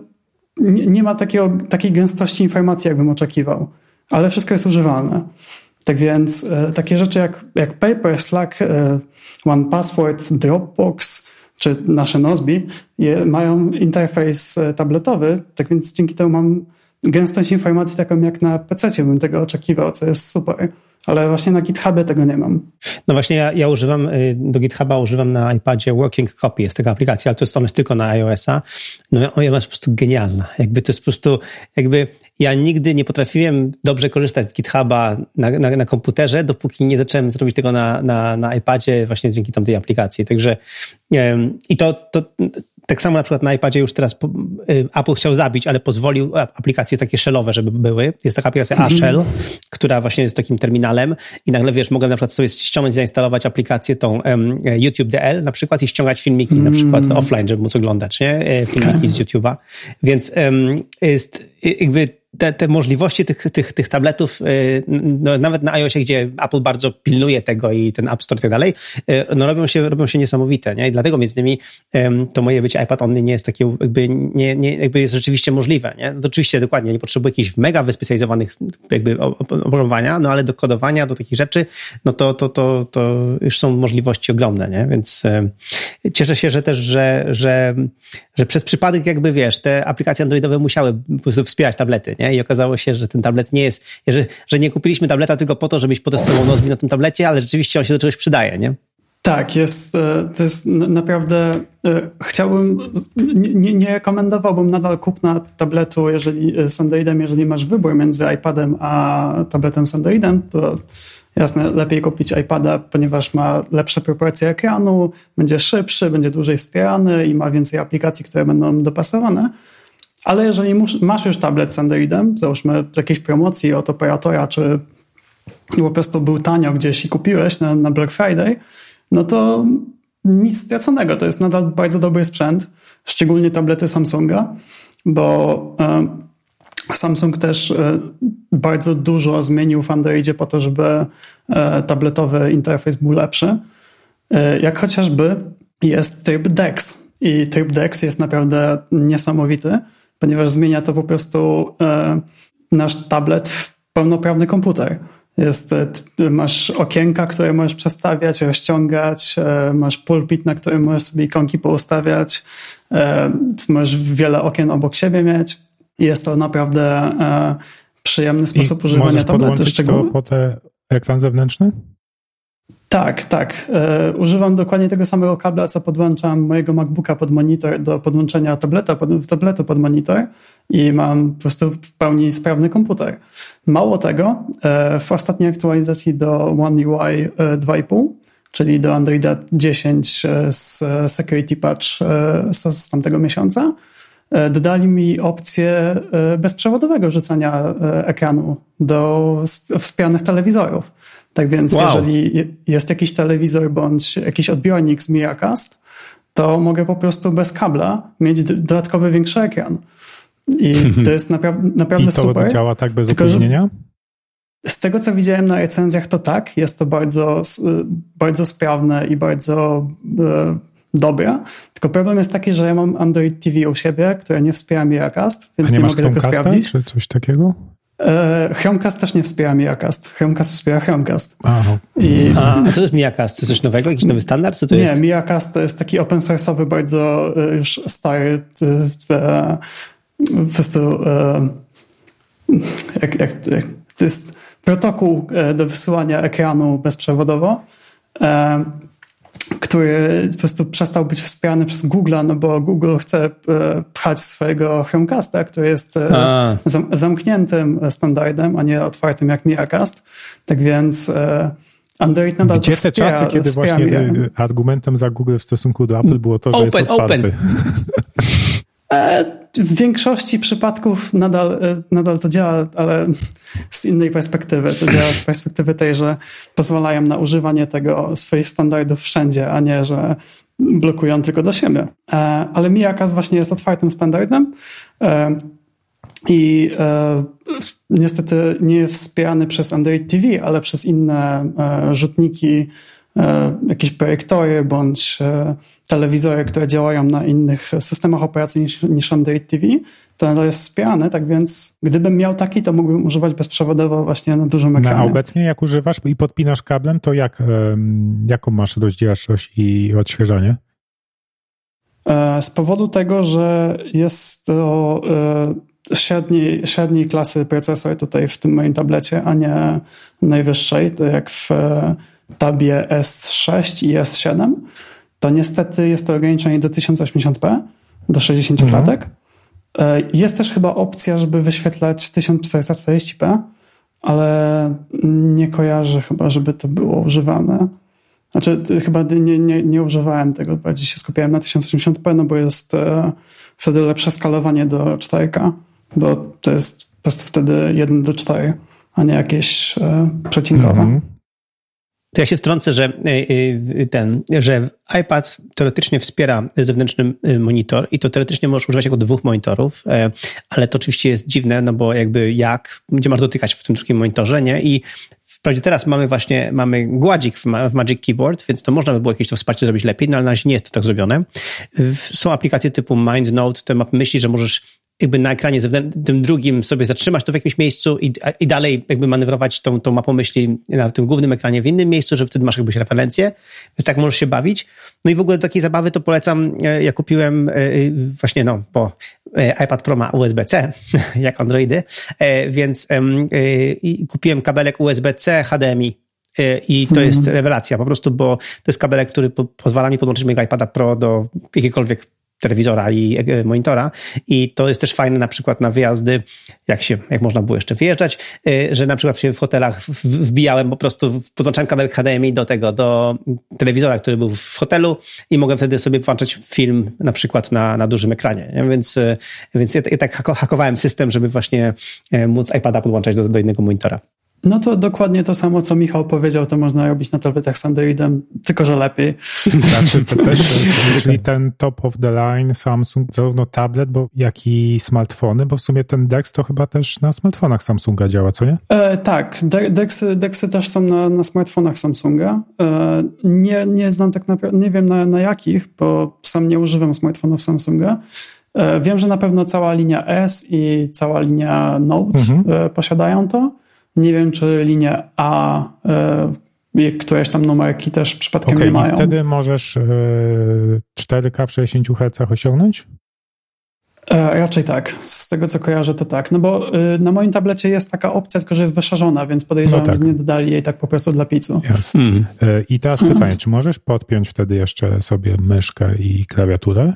Speaker 3: y, nie, nie ma takiego, takiej gęstości informacji, jakbym oczekiwał. Ale wszystko jest używalne. Tak więc y, takie rzeczy jak, jak Paper, Slack, y, one password, Dropbox czy nasze Nozbe je, mają interfejs tabletowy, tak więc dzięki temu mam gęstość informacji taką jak na pececie bym tego oczekiwał, co jest super. Ale właśnie na GitHubie tego nie mam.
Speaker 2: No właśnie ja, ja używam, do GitHuba używam na iPadzie Working Copy, jest taka aplikacja, ale to jest, ona jest tylko na iOS-a. No ona jest po prostu genialna. Jakby to jest po prostu, jakby ja nigdy nie potrafiłem dobrze korzystać z GitHuba na, na, na komputerze, dopóki nie zacząłem zrobić tego na, na, na iPadzie właśnie dzięki tamtej aplikacji. Także um, i to, to tak samo na przykład na iPadzie już teraz Apple chciał zabić, ale pozwolił aplikacje takie shellowe, żeby były. Jest taka aplikacja mm-hmm. A-Shell, która właśnie jest takim terminalem i nagle, wiesz, mogę na przykład sobie ściągnąć, zainstalować aplikację tą um, YouTube D L na przykład i ściągać filmiki mm. na przykład offline, żeby móc oglądać, nie? Filmiki okay. z YouTube'a. Więc um, jest jakby Te, te możliwości tych, tych, tych tabletów, no, nawet na iOSie, gdzie Apple bardzo pilnuje tego i ten App Store i tak dalej, no robią się, robią się niesamowite, nie? I dlatego między innymi to moje bycie iPad only nie jest takie, jakby, nie, nie, jakby jest rzeczywiście możliwe, nie? To oczywiście dokładnie, nie potrzebuję jakichś mega wyspecjalizowanych jakby oprogramowania, no ale do kodowania, do takich rzeczy, no to, to, to, to już są możliwości ogromne, nie? Więc cieszę się, że też, że, że, że przez przypadek jakby, wiesz, te aplikacje androidowe musiały po prostu wspierać tablety, nie? I okazało się, że ten tablet nie jest, że, że nie kupiliśmy tableta tylko po to, żebyś potestował Nozbe na tym tablecie, ale rzeczywiście on się do czegoś przydaje, nie?
Speaker 3: Tak, jest, to jest naprawdę, chciałbym, nie, nie rekomendowałbym nadal kupna tabletu jeżeli, z Androidem, jeżeli masz wybór między iPadem a tabletem z Androidem, to jasne, lepiej kupić iPada, ponieważ ma lepsze proporcje ekranu, będzie szybszy, będzie dłużej wspierany i ma więcej aplikacji, które będą dopasowane. Ale jeżeli masz już tablet z Androidem, załóżmy z jakiejś promocji od operatora, czy i po prostu był tanio gdzieś i kupiłeś na, na Black Friday, no to nic straconego. To jest nadal bardzo dobry sprzęt, szczególnie tablety Samsunga, bo e, Samsung też e, bardzo dużo zmienił w Androidzie po to, żeby e, tabletowy interfejs był lepszy. E, jak chociażby jest tryb D E X i tryb D E X jest naprawdę niesamowity, ponieważ zmienia to po prostu e, nasz tablet w pełnoprawny komputer. Jest, masz okienka, które możesz przestawiać, rozciągać, masz pulpit, na którym możesz sobie ikonki poustawiać, możesz wiele okien obok siebie mieć. Jest to naprawdę przyjemny sposób
Speaker 1: I
Speaker 3: używania
Speaker 1: możesz
Speaker 3: tabletu.
Speaker 1: Możesz podłączyć to po te ekran zewnętrzny?
Speaker 3: Tak, tak. E, używam dokładnie tego samego kabla, co podłączam mojego MacBooka pod monitor do podłączenia tableta, pod, tabletu pod monitor i mam po prostu w pełni sprawny komputer. Mało tego, e, w ostatniej aktualizacji do One U I dwa i pół, czyli do Androida dziesięć z Security Patch e, z, z tamtego miesiąca, e, dodali mi opcję e, bezprzewodowego rzucania e, ekranu do wspieranych telewizorów. Tak więc wow. Jeżeli jest jakiś telewizor bądź jakiś odbiornik z Miracast, to mogę po prostu bez kabla mieć dodatkowy większy ekran. I to jest napra- naprawdę super.
Speaker 1: I to super. Działa tak bez Tylko, opóźnienia?
Speaker 3: Z tego, co widziałem na recenzjach, to tak. Jest to bardzo, bardzo sprawne i bardzo e, dobre. Tylko problem jest taki, że ja mam Android T V u siebie, które nie wspiera Miracast, więc nie, nie mogę tego sprawdzić.
Speaker 1: Czy coś takiego?
Speaker 3: Chromecast też nie wspiera Miracast. Chromecast wspiera Chromecast.
Speaker 2: Aha. I... A, a co to jest Miracast? To coś nowego? Jakiś nowy standard? Co to
Speaker 3: nie,
Speaker 2: jest?
Speaker 3: Miracast to jest taki open source'owy, bardzo już stary po prostu jak, jak, jak, to jest protokół do wysyłania ekranu bezprzewodowo, który po prostu przestał być wspierany przez Google'a, no bo Google chce pchać swojego Chromecasta, który jest a. zamkniętym standardem, a nie otwartym jak Miracast. Tak więc Android nadal
Speaker 1: Gdzie
Speaker 3: to
Speaker 1: te
Speaker 3: wspiera,
Speaker 1: czasy, kiedy
Speaker 3: wspiera
Speaker 1: właśnie
Speaker 3: Mir-
Speaker 1: argumentem za Google w stosunku do Apple było to, że
Speaker 2: open,
Speaker 1: jest otwarty?
Speaker 2: Open.
Speaker 3: W większości przypadków nadal, nadal to działa, ale z innej perspektywy. To działa z perspektywy tej, że pozwalają na używanie tego swoich standardów wszędzie, a nie, że blokują tylko dla siebie. Ale Miracast właśnie jest otwartym standardem i niestety nie jest wspierany przez Android T V, ale przez inne rzutniki, jakieś projektory bądź telewizory, które działają na innych systemach operacyjnych niż, niż Android T V, to nadal jest wspierane, tak więc gdybym miał taki, to mógłbym używać bezprzewodowo właśnie na dużym ekranie.
Speaker 1: No, a obecnie jak używasz i podpinasz kablem, to jak, jaką masz rozdzielczość i odświeżanie?
Speaker 3: Z powodu tego, że jest to średniej, średniej klasy procesor tutaj w tym moim tablecie, a nie najwyższej, to jak w tabie S sześć i S siedem, to niestety jest to ograniczenie do tysiąc osiemdziesiąt p, do sześćdziesiąt mhm. klatek. Jest też chyba opcja, żeby wyświetlać tysiąc czterysta czterdzieści p, ale nie kojarzę chyba, żeby to było używane. Znaczy chyba nie, nie, nie używałem tego, bardziej się skupiałem na tysiąc osiemdziesiąt p, no bo jest wtedy lepsze skalowanie do cztery K, bo to jest po prostu wtedy jeden do czterech, a nie jakieś przecinkowe. Mhm.
Speaker 2: To ja się wtrącę, że ten, że iPad teoretycznie wspiera zewnętrzny monitor i to teoretycznie możesz używać jako dwóch monitorów, ale to oczywiście jest dziwne, no bo jakby jak, gdzie masz dotykać w tym drugim monitorze, nie? I wprawdzie teraz mamy właśnie, mamy gładzik w, w Magic Keyboard, więc to można by było jakieś to wsparcie zrobić lepiej, no ale na razie nie jest to tak zrobione. Są aplikacje typu MindNote, które myśli, że możesz jakby na ekranie tym drugim sobie zatrzymać to w jakimś miejscu i, i dalej jakby manewrować tą, tą mapą myśli na tym głównym ekranie w innym miejscu, że wtedy masz jakbyś referencję, więc tak możesz się bawić. No i w ogóle do takiej zabawy to polecam, ja kupiłem właśnie, no, bo iPad Pro ma U S B C, jak Androidy, więc kupiłem kabelek U S B C H D M I i to jest rewelacja po prostu, bo to jest kabelek, który po, pozwala mi podłączyć mojego iPada Pro do jakiegokolwiek telewizora i monitora i to jest też fajne na przykład na wyjazdy, jak się, jak można było jeszcze wyjeżdżać, że na przykład się w hotelach wbijałem po prostu, podłączałem kabel H D M I do tego, do telewizora, który był w hotelu i mogłem wtedy sobie włączać film na przykład na, na dużym ekranie, więc, więc ja, ja tak hakowałem system, żeby właśnie móc iPada podłączać do, do innego monitora.
Speaker 3: No to dokładnie to samo, co Michał powiedział, to można robić na tabletach z Androidem, tylko że lepiej.
Speaker 1: Znaczy, to też, czyli ten top of the line Samsung, zarówno tablet, bo, jak i smartfony, bo w sumie ten Dex to chyba też na smartfonach Samsunga działa, co nie?
Speaker 3: E, tak, De- Dexy, Dexy też są na, na smartfonach Samsunga. E, nie, nie znam tak naprawdę, nie wiem na, na jakich, bo sam nie używam smartfonów Samsunga. E, wiem, że na pewno cała linia S i cała linia Note mhm. e, posiadają to. Nie wiem, czy linia A, y, któreś tam numerki też przypadkiem
Speaker 1: okay,
Speaker 3: nie mają.
Speaker 1: I wtedy możesz y, cztery K w sześćdziesięciu hercach osiągnąć?
Speaker 3: E, raczej tak. Z tego, co kojarzę, to tak. No bo y, na moim tablecie jest taka opcja, tylko że jest wyszarzona, więc podejrzewam, no tak. że nie dodali jej tak po prostu dla picu.
Speaker 1: Jasne. Mm. Y, I teraz pytanie, mm. czy możesz podpiąć wtedy jeszcze sobie myszkę i klawiaturę?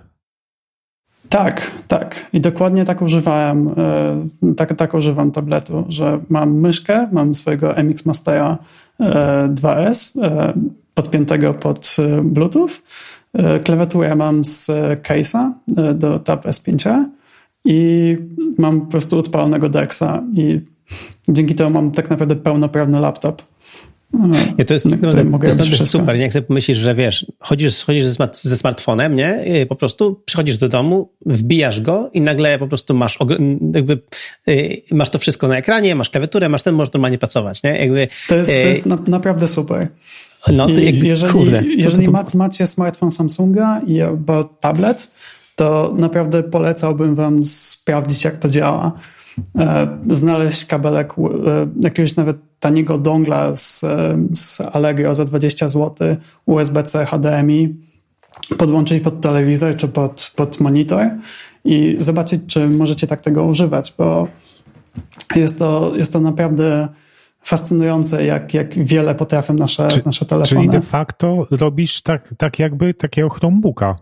Speaker 3: Tak, tak. I dokładnie tak używałem, tak, tak używam tabletu, że mam myszkę, mam swojego M X Mastera dwa S podpiętego pod Bluetooth, klawiaturę mam z case'a do Tab S pięć i mam po prostu odpalonego Dexa i dzięki temu mam tak naprawdę pełnoprawny laptop.
Speaker 2: Nie, to jest, no, to jest naprawdę super, nie? Jak sobie pomyślisz, że wiesz, chodzisz, chodzisz ze, smart, ze smartfonem, nie? I po prostu przychodzisz do domu, wbijasz go i nagle po prostu masz jakby, masz to wszystko na ekranie, masz klawiaturę, masz ten, możesz normalnie pracować, nie? Jakby,
Speaker 3: to jest, to jest na, naprawdę super.
Speaker 2: No, to jakby,
Speaker 3: jeżeli
Speaker 2: kurde,
Speaker 3: jeżeli
Speaker 2: to, to, to...
Speaker 3: macie smartfon Samsunga i albo tablet, to naprawdę polecałbym wam sprawdzić, jak to działa. Znaleźć kabelek, jakiegoś nawet taniego dongla z, z Allegro za dwadzieścia złotych, U S B C, H D M I, podłączyć pod telewizor czy pod, pod monitor i zobaczyć, czy możecie tak tego używać, bo jest to, jest to naprawdę fascynujące, jak, jak wiele potrafią nasze, czy, nasze telefony.
Speaker 1: Czyli de facto robisz tak, tak jakby takiego Chromebooka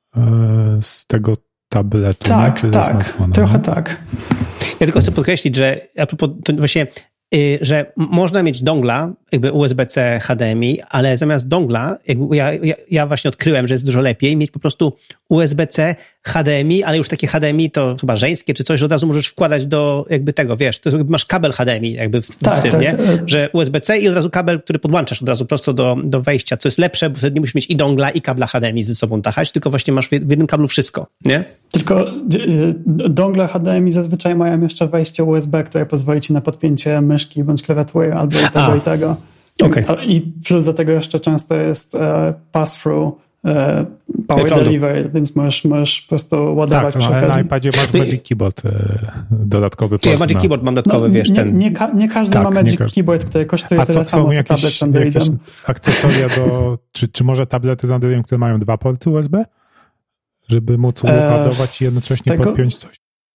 Speaker 1: z tego tabletu.
Speaker 3: Tak,
Speaker 1: nie?
Speaker 3: tak, trochę tak.
Speaker 2: Ja tylko chcę podkreślić, że a propos, to właśnie, yy, że można mieć dongla, jakby U S B C, H D M I, ale zamiast dongla, jakby ja, ja, ja właśnie odkryłem, że jest dużo lepiej mieć po prostu U S B C, H D M I, ale już takie H D M I to chyba żeńskie czy coś, że od razu możesz wkładać do jakby tego, wiesz, to masz kabel H D M I jakby w, tak, w tym, tak. nie? Że U S B C i od razu kabel, który podłączasz od razu prosto do, do wejścia, co jest lepsze, bo wtedy nie musisz mieć i dongla, i kabla H D M I ze sobą tachać, tylko właśnie masz w jednym kablu wszystko, nie?
Speaker 3: Tylko dongle H D M I zazwyczaj mają jeszcze wejście U S B, które pozwoli ci na podpięcie myszki bądź klawiatury albo i tego A. i tego. Okay. I plus do tego jeszcze często jest e, pass-through e, power delivery, więc możesz, możesz po prostu ładować
Speaker 1: tak,
Speaker 3: przy
Speaker 1: okazji.
Speaker 3: Tak,
Speaker 1: na iPadzie masz Magic Keyboard e, dodatkowy.
Speaker 2: Ja Magic na... Keyboard mam dodatkowy,
Speaker 3: no,
Speaker 2: wiesz,
Speaker 3: nie,
Speaker 2: ten...
Speaker 3: Nie, ka- nie każdy tak, ma Magic każdy. Keyboard, który kosztuje
Speaker 1: A
Speaker 3: tyle
Speaker 1: co,
Speaker 3: samo, co
Speaker 1: jakieś,
Speaker 3: tablet z Androidem.
Speaker 1: jakieś akcesoria do... czy, czy może tablety z Androidem, które mają dwa porty U S B? Żeby móc ładować e, i jednocześnie tego... podpiąć coś?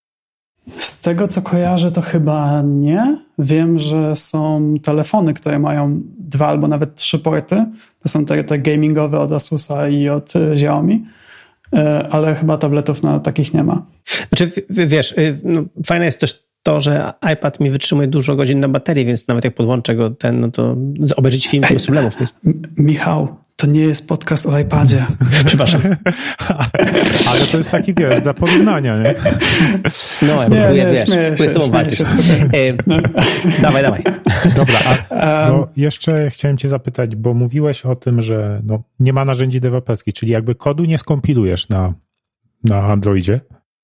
Speaker 3: Z tego, co kojarzę, to chyba nie. Wiem, że są telefony, które mają dwa albo nawet trzy porty. To są te, te gamingowe od Asusa i od Xiaomi, ale chyba tabletów na takich nie ma.
Speaker 2: Znaczy, wiesz, no, fajne jest też to, że iPad mi wytrzymuje dużo godzin na baterii, więc nawet jak podłączę go ten, no to obejrzeć film bez problemów. Jest...
Speaker 3: Michał, to nie jest podcast o iPadzie.
Speaker 2: Przepraszam.
Speaker 1: Ale to jest taki, wiesz, dla porównania, nie?
Speaker 2: No, ja
Speaker 3: próbuję,
Speaker 2: próbuję,
Speaker 3: nie,
Speaker 2: wiesz,
Speaker 3: śmieję się,
Speaker 2: próbuję z tobą walczyć. No. Dawaj, dawaj.
Speaker 1: Dobra, a no, jeszcze chciałem cię zapytać, bo mówiłeś o tym, że no, nie ma narzędzi deweloperskich, czyli jakby kodu nie skompilujesz na, na Androidzie.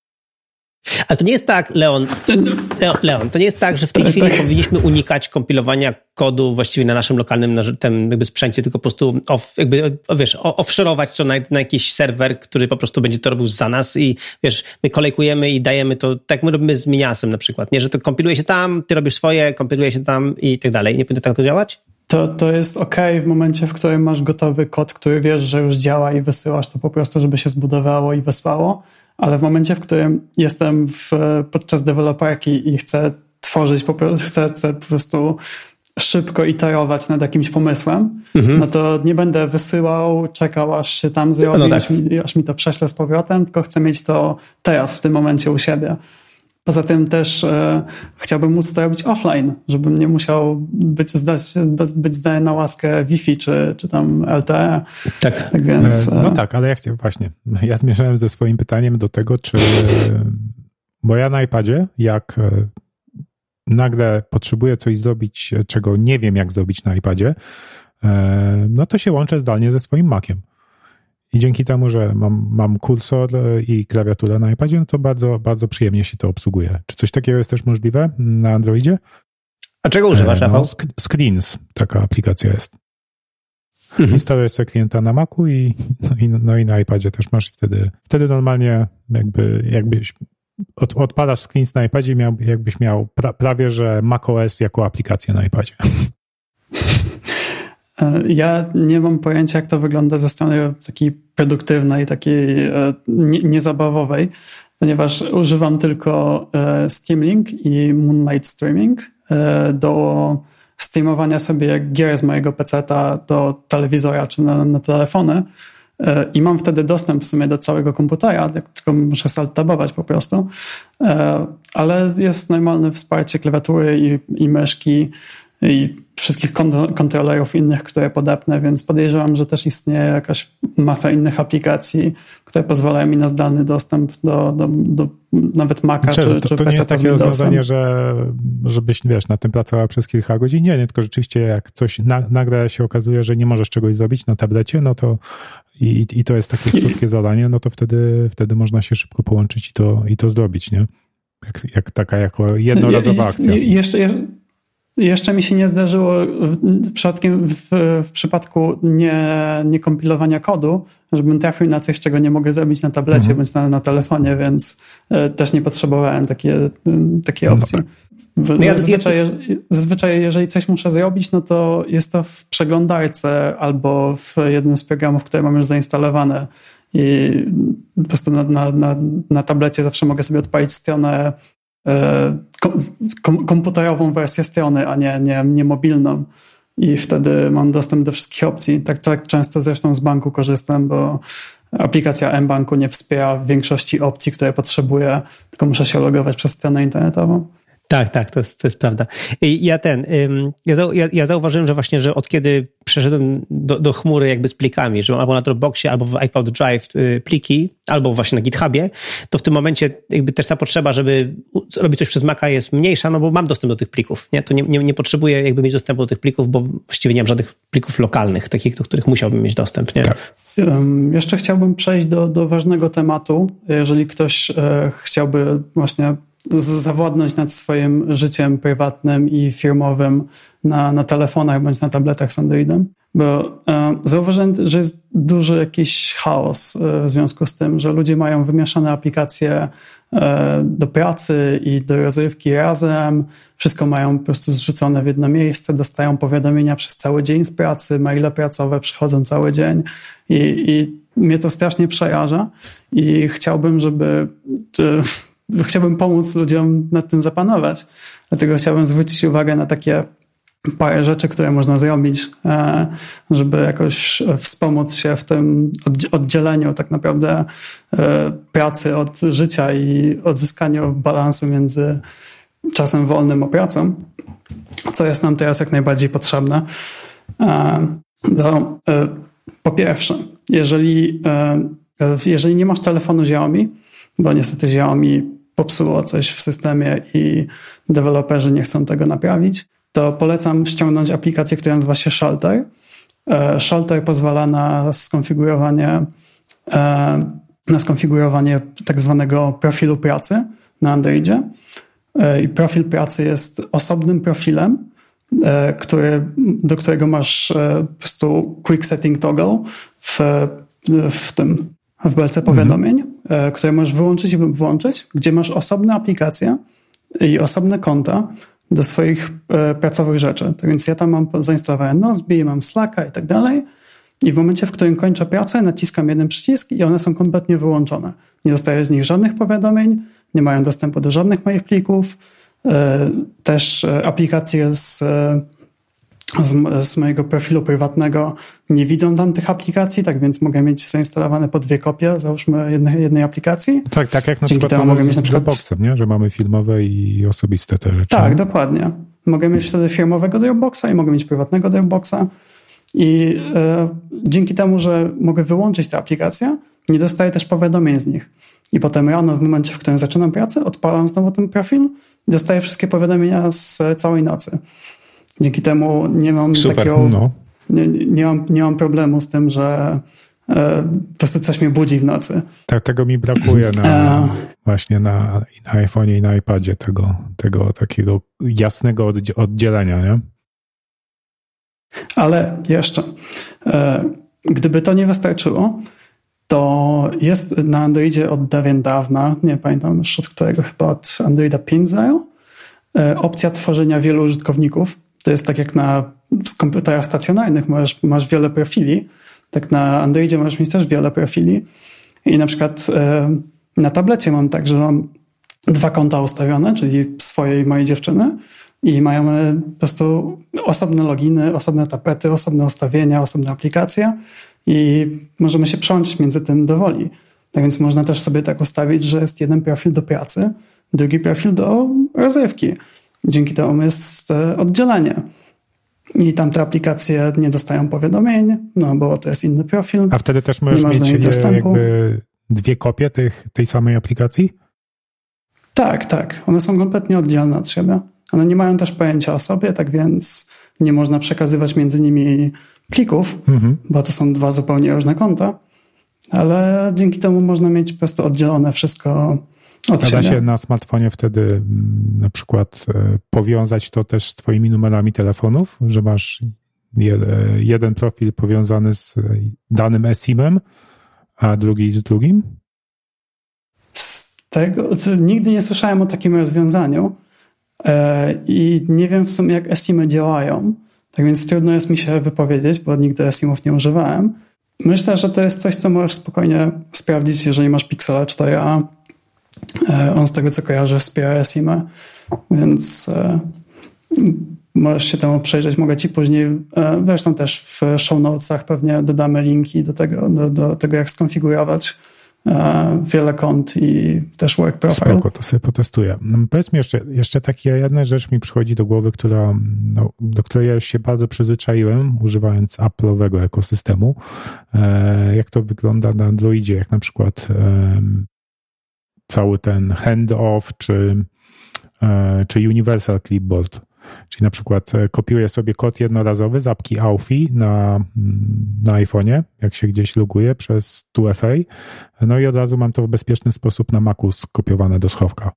Speaker 2: Ale to nie jest tak, Leon, Leon, to nie jest tak, że w tej chwili powinniśmy unikać kompilowania kodu właściwie na naszym lokalnym tym jakby sprzęcie, tylko po prostu off, jakby, wiesz, offshore'ować to na, na jakiś serwer, który po prostu będzie to robił za nas i wiesz, my kolejkujemy i dajemy to, tak jak my robimy z Miniasem na przykład, nie, że to kompiluje się tam, ty robisz swoje, kompiluje się tam i tak dalej. Nie powinno tak to działać?
Speaker 3: To, to jest okej okay w momencie, w którym masz gotowy kod, który wiesz, że już działa i wysyłasz to po prostu, żeby się zbudowało i wysłało. Ale w momencie, w którym jestem w, podczas deweloperki i chcę tworzyć, po prostu, chcę, chcę po prostu szybko iterować nad jakimś pomysłem, mhm. no to nie będę wysyłał, czekał, aż się tam zrobi, no tak. aż, mi, aż mi to prześle z powrotem, tylko chcę mieć to teraz, w tym momencie u siebie. Poza tym też e, chciałbym móc to robić offline, żebym nie musiał być, zdać, być zdany na łaskę Wi-Fi czy, czy tam L T E.
Speaker 2: Tak.
Speaker 3: tak więc,
Speaker 1: e, no tak, ale ja chciałem właśnie, ja zmierzałem ze swoim pytaniem do tego, czy, bo ja na iPadzie, jak nagle potrzebuję coś zrobić, czego nie wiem, jak zrobić na iPadzie, no to się łączę zdalnie ze swoim Maciem. I dzięki temu, że mam, mam kursor i klawiaturę na iPadzie, no to bardzo, bardzo przyjemnie się to obsługuje. Czy coś takiego jest też możliwe na Androidzie?
Speaker 2: A czego używasz, Rafał?
Speaker 1: No, Screens, taka aplikacja jest.
Speaker 2: Mhm.
Speaker 1: Instalujesz sobie klienta na Macu i no, i no i na iPadzie też masz i wtedy, wtedy normalnie jakby, jakbyś od, odpalasz Screens na iPadzie, miał, jakbyś miał pra, prawie, że macOS jako aplikację na iPadzie.
Speaker 3: Ja nie mam pojęcia, jak to wygląda ze strony takiej produktywnej, takiej niezabawowej, ponieważ używam tylko Steam Link i Moonlight Streaming do streamowania sobie gier z mojego peceta do telewizora czy na, na telefony i mam wtedy dostęp w sumie do całego komputera, tylko muszę alt-tabować po prostu, ale jest normalne wsparcie klawiatury i, i myszki i wszystkich kontrolerów innych, które podepnę, więc podejrzewam, że też istnieje jakaś masa innych aplikacji, które pozwalają mi na zdalny dostęp do, do, do nawet Maca
Speaker 1: znaczy,
Speaker 3: czy,
Speaker 1: to,
Speaker 3: czy
Speaker 1: to nie jest takie rozwiązanie,
Speaker 3: że
Speaker 1: żebyś, wiesz, na tym pracował przez kilka godzin. Nie, nie, tylko rzeczywiście jak coś na, nagle się okazuje, że nie możesz czegoś zrobić na tablecie, no to i, i to jest takie krótkie zadanie, no to wtedy, wtedy można się szybko połączyć i to, i to zrobić, nie? Jak, jak taka jako jednorazowa akcja.
Speaker 3: Jeszcze, jeszcze Jeszcze mi się nie zdarzyło przypadkiem w, w przypadku nie, niekompilowania kodu, żebym trafił na coś, czego nie mogę zrobić na tablecie mhm. bądź na, na telefonie, więc też nie potrzebowałem takie, takiej opcji. No zazwyczaj, zazwyczaj, jeżeli coś muszę zrobić, no to jest to w przeglądarce albo w jednym z programów, które mam już zainstalowane i po prostu na, na, na, na tablecie zawsze mogę sobie odpalić stronę Kom- komputerową wersję strony, a nie, nie, nie mobilną i wtedy mam dostęp do wszystkich opcji. Tak, tak często zresztą z banku korzystam, bo aplikacja mBanku nie wspiera w większości opcji, które potrzebuję, tylko muszę się logować przez stronę internetową.
Speaker 2: Tak, tak, to jest, to jest prawda. Ja ten, ja, ja, ja zauważyłem, że właśnie, że od kiedy przeszedłem do, do chmury jakby z plikami, że mam albo na Dropboxie, albo w iCloud Drive pliki, albo właśnie na GitHubie, to w tym momencie jakby też ta potrzeba, żeby robić coś przez Maca jest mniejsza, no bo mam dostęp do tych plików, nie? To nie, nie, nie potrzebuję jakby mieć dostępu do tych plików, bo właściwie nie mam żadnych plików lokalnych, takich, do których musiałbym mieć dostęp, nie?
Speaker 1: Tak.
Speaker 3: Um, jeszcze chciałbym przejść do, do ważnego tematu. Jeżeli ktoś e, chciałby właśnie zawładnąć nad swoim życiem prywatnym i firmowym na, na telefonach bądź na tabletach z Androidem, bo e, zauważyłem, że jest duży jakiś chaos e, w związku z tym, że ludzie mają wymieszane aplikacje e, do pracy i do rozrywki razem, wszystko mają po prostu zrzucone w jedno miejsce, dostają powiadomienia przez cały dzień z pracy, maile pracowe przychodzą cały dzień i, i mnie to strasznie przeraża i chciałbym, żeby... Czy, Chciałbym pomóc ludziom nad tym zapanować. Dlatego chciałbym zwrócić uwagę na takie parę rzeczy, które można zrobić, żeby jakoś wspomóc się w tym oddzieleniu tak naprawdę pracy od życia i odzyskaniu balansu między czasem wolnym a pracą, co jest nam teraz jak najbardziej potrzebne. To, po pierwsze, jeżeli, jeżeli nie masz telefonu Xiaomi, bo niestety Xiaomi popsuło coś w systemie i deweloperzy nie chcą tego naprawić, to polecam ściągnąć aplikację, która nazywa się Shelter. Shelter pozwala na skonfigurowanie, na skonfigurowanie tak zwanego profilu pracy na Androidzie. I profil pracy jest osobnym profilem, który, do którego masz po prostu quick setting toggle w, w tym w belce powiadomień, mhm. które możesz wyłączyć lub włączyć, gdzie masz osobne aplikacje i osobne konta do swoich e, pracowych rzeczy. Tak więc ja tam mam zainstalowane Nozbe, mam Slacka i tak dalej i w momencie, w którym kończę pracę, naciskam jeden przycisk i one są kompletnie wyłączone. Nie dostaję z nich żadnych powiadomień, nie mają dostępu do żadnych moich plików, e, też e, aplikacje z Z, z mojego profilu prywatnego nie widzą tam tych aplikacji, tak więc mogę mieć zainstalowane po dwie kopie, załóżmy jednej, jednej aplikacji.
Speaker 1: Tak, tak jak na
Speaker 3: Dzięki
Speaker 1: przykład
Speaker 3: mogę mieć na przykład
Speaker 1: Dropboxem, nie? Że mamy filmowe i osobiste te rzeczy.
Speaker 3: Tak, dokładnie. Mogę mieć wtedy firmowego Dropboxa i mogę mieć prywatnego Dropboxa i e, dzięki temu, że mogę wyłączyć te aplikacje, nie dostaję też powiadomień z nich. i potem rano w momencie, w którym zaczynam pracę, odpalam znowu ten profil i dostaję wszystkie powiadomienia z całej nocy. Dzięki temu nie mam
Speaker 1: Super,
Speaker 3: takiego...
Speaker 1: No.
Speaker 3: Nie, nie, mam, nie mam problemu z tym, że e, po prostu coś mnie budzi w nocy.
Speaker 1: Tak, tego mi brakuje na, właśnie na, i na iPhone'ie i na iPadzie, tego, tego takiego jasnego oddzielenia, nie?
Speaker 3: Ale jeszcze, e, gdyby to nie wystarczyło, to jest na Androidzie od dawien dawna, nie pamiętam już od którego, chyba od Androida pięć zero, e, opcja tworzenia wielu użytkowników. To jest tak jak na komputerach stacjonarnych, masz, masz wiele profili, tak na Androidzie możesz mieć też wiele profili. I na przykład e, na tablecie mam tak, że mam dwa konta ustawione, czyli swoje i mojej dziewczyny, i mają po prostu osobne loginy, osobne tapety, osobne ustawienia, osobne aplikacje i możemy się przełączyć między tym dowoli. Tak więc można też sobie tak ustawić, że jest jeden profil do pracy, drugi profil do rozrywki. Dzięki temu jest oddzielenie. I tam te aplikacje nie dostają powiadomień, no bo to jest inny profil.
Speaker 1: A wtedy też możesz mieć jakby dwie kopie tych, tej samej aplikacji?
Speaker 3: Tak, tak. One są kompletnie oddzielne od siebie. One nie mają też pojęcia o sobie, tak więc nie można przekazywać między nimi plików, mhm. bo to są dwa zupełnie różne konta, ale dzięki temu można mieć po prostu oddzielone wszystko od siebie.
Speaker 1: Da się na smartfonie wtedy na przykład powiązać to też z twoimi numerami telefonów, że masz jeden profil powiązany z danym eSIM-em, a drugi z drugim?
Speaker 3: Z tego, nigdy nie słyszałem o takim rozwiązaniu i nie wiem w sumie jak eSIM-y działają, tak więc trudno jest mi się wypowiedzieć, bo nigdy eSIM-ów nie używałem. Myślę, że to jest coś, co możesz spokojnie sprawdzić, jeżeli masz Pixela cztery a. On z tego, co kojarzę, wspiera eSIM-y, więc możesz się temu przejrzeć. Mogę ci później, zresztą też w show notesach pewnie dodamy linki do tego, do, do tego jak skonfigurować wiele kont i też work profile.
Speaker 1: Spoko, to sobie potestuję. Powiedz mi jeszcze, jeszcze taka jedna rzecz mi przychodzi do głowy, która, no, do której ja już się bardzo przyzwyczaiłem, używając Apple'owego ekosystemu. Jak to wygląda na Androidzie, jak na przykład cały ten handoff, czy, czy Universal Clipboard. Czyli na przykład kopiuję sobie kod jednorazowy z apki Authy na, na iPhone'ie, jak się gdzieś loguje przez two F A, no i od razu mam to w bezpieczny sposób na Macu skopiowane do schowka.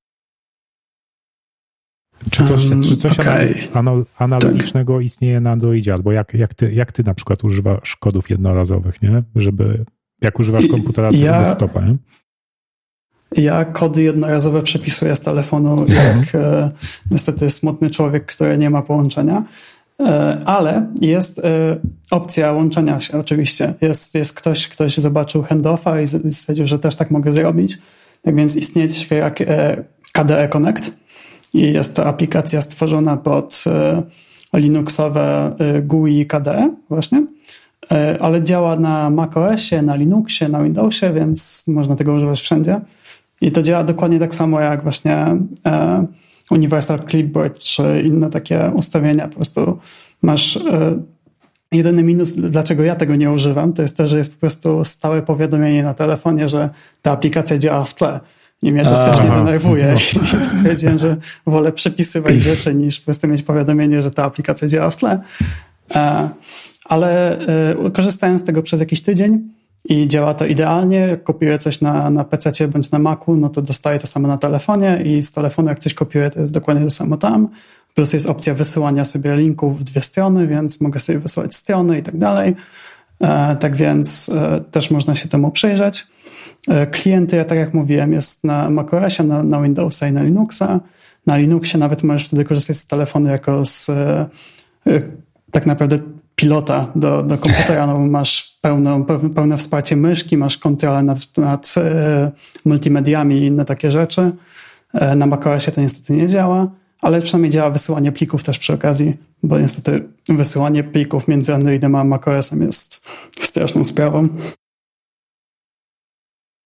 Speaker 1: Czy coś, um, czy coś okay. analogicznego tak. istnieje na Androidzie? Albo jak, jak, ty, jak ty na przykład używasz kodów jednorazowych, nie? Żeby, jak używasz komputera ja... desktopa, nie?
Speaker 3: Ja kody jednorazowe przepisuję z telefonu jak e, niestety smutny człowiek, który nie ma połączenia, e, ale jest e, opcja łączenia się oczywiście. Jest, jest ktoś, ktoś zobaczył handoffa i stwierdził, że też tak mogę zrobić. Tak więc istnieje coś jak e, K D E Connect i jest to aplikacja stworzona pod e, Linuxowe e, G U I K D E właśnie, e, ale działa na macOSie, na Linuxie, na Windowsie, więc można tego używać wszędzie. I to działa dokładnie tak samo jak właśnie e, Universal Clipboard czy inne takie ustawienia. Po prostu masz e, jedyny minus, dlaczego ja tego nie używam, to jest to, że jest po prostu stałe powiadomienie na telefonie, że ta aplikacja działa w tle. I mnie to strasznie denerwuje. No. I stwierdziłem, że wolę przepisywać rzeczy niż po prostu mieć powiadomienie, że ta aplikacja działa w tle. E, ale e, korzystałem z tego przez jakiś tydzień i działa to idealnie. Jak kopiuję coś na, na pececie bądź na Macu, no to dostaję to samo na telefonie i z telefonu jak coś kopiuję, to jest dokładnie to samo tam. Plus jest opcja wysyłania sobie linków w dwie strony, więc mogę sobie wysyłać strony i tak dalej. E, tak więc e, też można się temu przyjrzeć. E, klienty, ja tak jak mówiłem, jest na macOSie, na, na Windowsa i na Linuxa. Na Linuxie nawet możesz wtedy korzystać z telefonu jako z e, e, tak naprawdę pilota do, do komputera, no bo masz pełne, pełne wsparcie myszki, masz kontrolę nad, nad e, multimediami i inne takie rzeczy. E, na macOSie to niestety nie działa, ale przynajmniej działa wysyłanie plików też przy okazji, bo niestety wysyłanie plików między Androidem a macOSem jest straszną sprawą.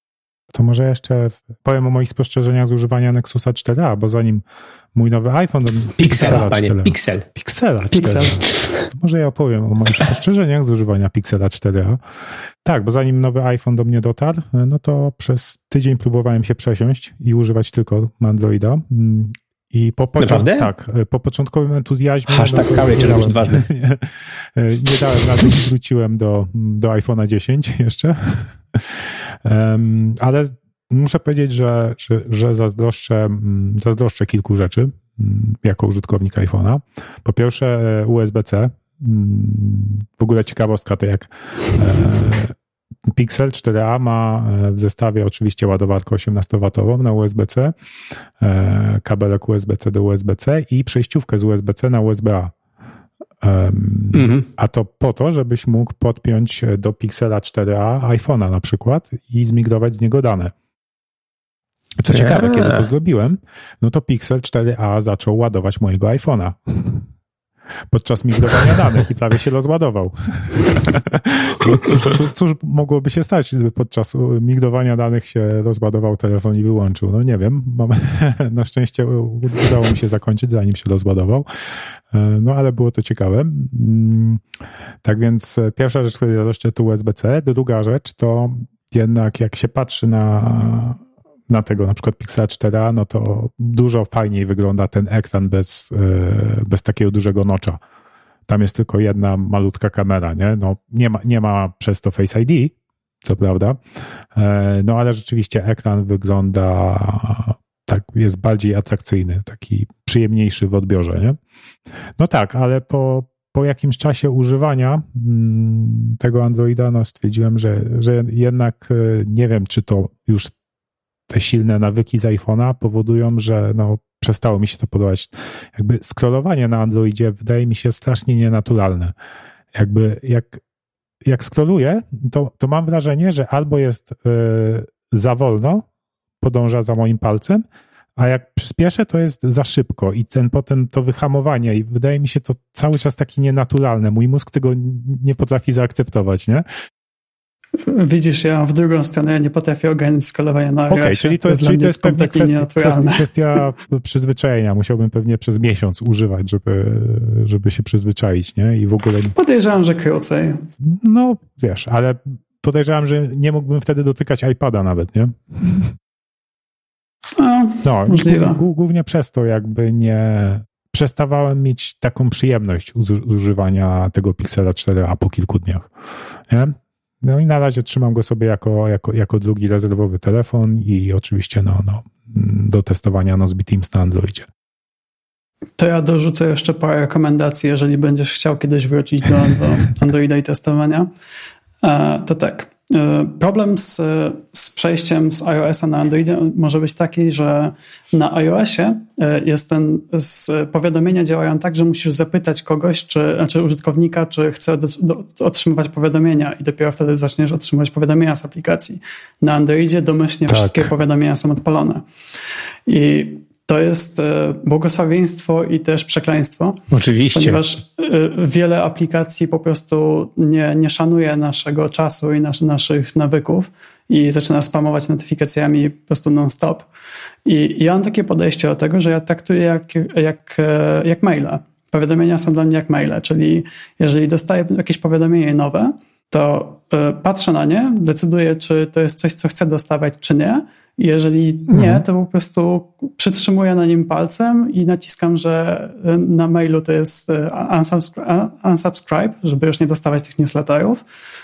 Speaker 1: To może jeszcze powiem o moich spostrzeżeniach z używania Nexusa cztery a, bo zanim mój nowy iPhone...
Speaker 2: Pixela, panie, Pixel.
Speaker 1: Pixela
Speaker 3: Pixel.
Speaker 1: To może ja opowiem o moich spostrzeżeniach z używania Pixela cztery a. Tak, bo zanim nowy iPhone do mnie dotarł, no to przez tydzień próbowałem się przesiąść i używać tylko Androida. I po,
Speaker 2: Naprawdę?
Speaker 1: Tak, po początkowym entuzjazmie...
Speaker 2: Hashtag
Speaker 1: no,
Speaker 2: courage jest ważny.
Speaker 1: Nie, nie dałem rady i wróciłem do, do iPhone'a dziesięć jeszcze. Um, ale muszę powiedzieć, że, że, że zazdroszczę, zazdroszczę kilku rzeczy jako użytkownik iPhone'a. Po pierwsze U S B C. W ogóle ciekawostka to jak Pixel cztery a ma w zestawie oczywiście ładowarkę osiemnastowatową na U S B C, kabelek U S B C do U S B C i przejściówkę z U S B C na U S B A. Um, mm-hmm. A to po to, żebyś mógł podpiąć do Pixela cztery a iPhone'a na przykład i zmigrować z niego dane. Co ciekawe, kiedy to zrobiłem, no to Pixel cztery a zaczął ładować mojego iPhone'a podczas migrowania danych i prawie się rozładował. No cóż, cóż, cóż mogłoby się stać, gdyby podczas migrowania danych się rozładował telefon i wyłączył? No nie wiem. Mam, na szczęście udało mi się zakończyć, zanim się rozładował. No ale było to ciekawe. Tak więc pierwsza rzecz, której zazdroszczę, to U S B C. Druga rzecz to jednak jak się patrzy na na tego na przykład Pixela cztery a, no to dużo fajniej wygląda ten ekran bez, bez takiego dużego notcha. Tam jest tylko jedna malutka kamera, nie? No, nie ma, nie ma przez to Face I D, co prawda, no ale rzeczywiście ekran wygląda tak, jest bardziej atrakcyjny, taki przyjemniejszy w odbiorze, nie? No tak, ale po, po jakimś czasie używania tego Androida, no stwierdziłem, że, że jednak nie wiem, czy to już te silne nawyki z iPhone'a powodują, że no, przestało mi się to podobać. Jakby scrollowanie na Androidzie wydaje mi się strasznie nienaturalne. Jakby jak, jak scrolluję, to, to mam wrażenie, że albo jest yy, za wolno, podąża za moim palcem, a jak przyspieszę, to jest za szybko i ten potem to wyhamowanie i wydaje mi się to cały czas takie nienaturalne. Mój mózg tego nie potrafi zaakceptować, nie?
Speaker 3: Widzisz, ja w drugą stronę ja nie potrafię ogarnąć skalowania na
Speaker 1: Okej, okay, czyli to jest, czyli to jest pewnie kwestia, kwestia, kwestia przyzwyczajenia. Musiałbym pewnie przez miesiąc używać, żeby, żeby się przyzwyczaić, nie? I w ogóle...
Speaker 3: Podejrzewam, że krócej.
Speaker 1: No, wiesz, ale podejrzewam, że nie mógłbym wtedy dotykać iPada nawet, nie?
Speaker 3: No, no możliwe.
Speaker 1: G- głównie przez to jakby nie... Przestawałem mieć taką przyjemność z używania tego Pixela cztery a po kilku dniach, nie? No i na razie trzymam go sobie jako, jako, jako drugi rezerwowy telefon i oczywiście no, no, do testowania Nozbe Teams na Androidzie.
Speaker 3: To ja dorzucę jeszcze parę rekomendacji, jeżeli będziesz chciał kiedyś wrócić do, do Androida i testowania. To tak, problem z, z przejściem z iOS-a na Androidzie może być taki, że na iOSie jest ten, powiadomienia działają tak, że musisz zapytać kogoś, czy, znaczy użytkownika, czy chce do, do, otrzymywać powiadomienia i dopiero wtedy zaczniesz otrzymywać powiadomienia z aplikacji. Na Androidzie domyślnie tak. Wszystkie powiadomienia są odpalone. I to jest błogosławieństwo i też przekleństwo.
Speaker 2: Oczywiście.
Speaker 3: Ponieważ wiele aplikacji po prostu nie, nie szanuje naszego czasu i nas, naszych nawyków i zaczyna spamować notyfikacjami po prostu non-stop. I ja mam takie podejście do tego, że ja traktuję jak, jak, jak maile. Powiadomienia są dla mnie jak maile, czyli jeżeli dostaję jakieś powiadomienie nowe, to patrzę na nie, decyduję, czy to jest coś, co chcę dostawać, czy nie. I jeżeli nie, to po prostu przytrzymuję na nim palcem i naciskam, że na mailu to jest unsubscribe, żeby już nie dostawać tych newsletterów.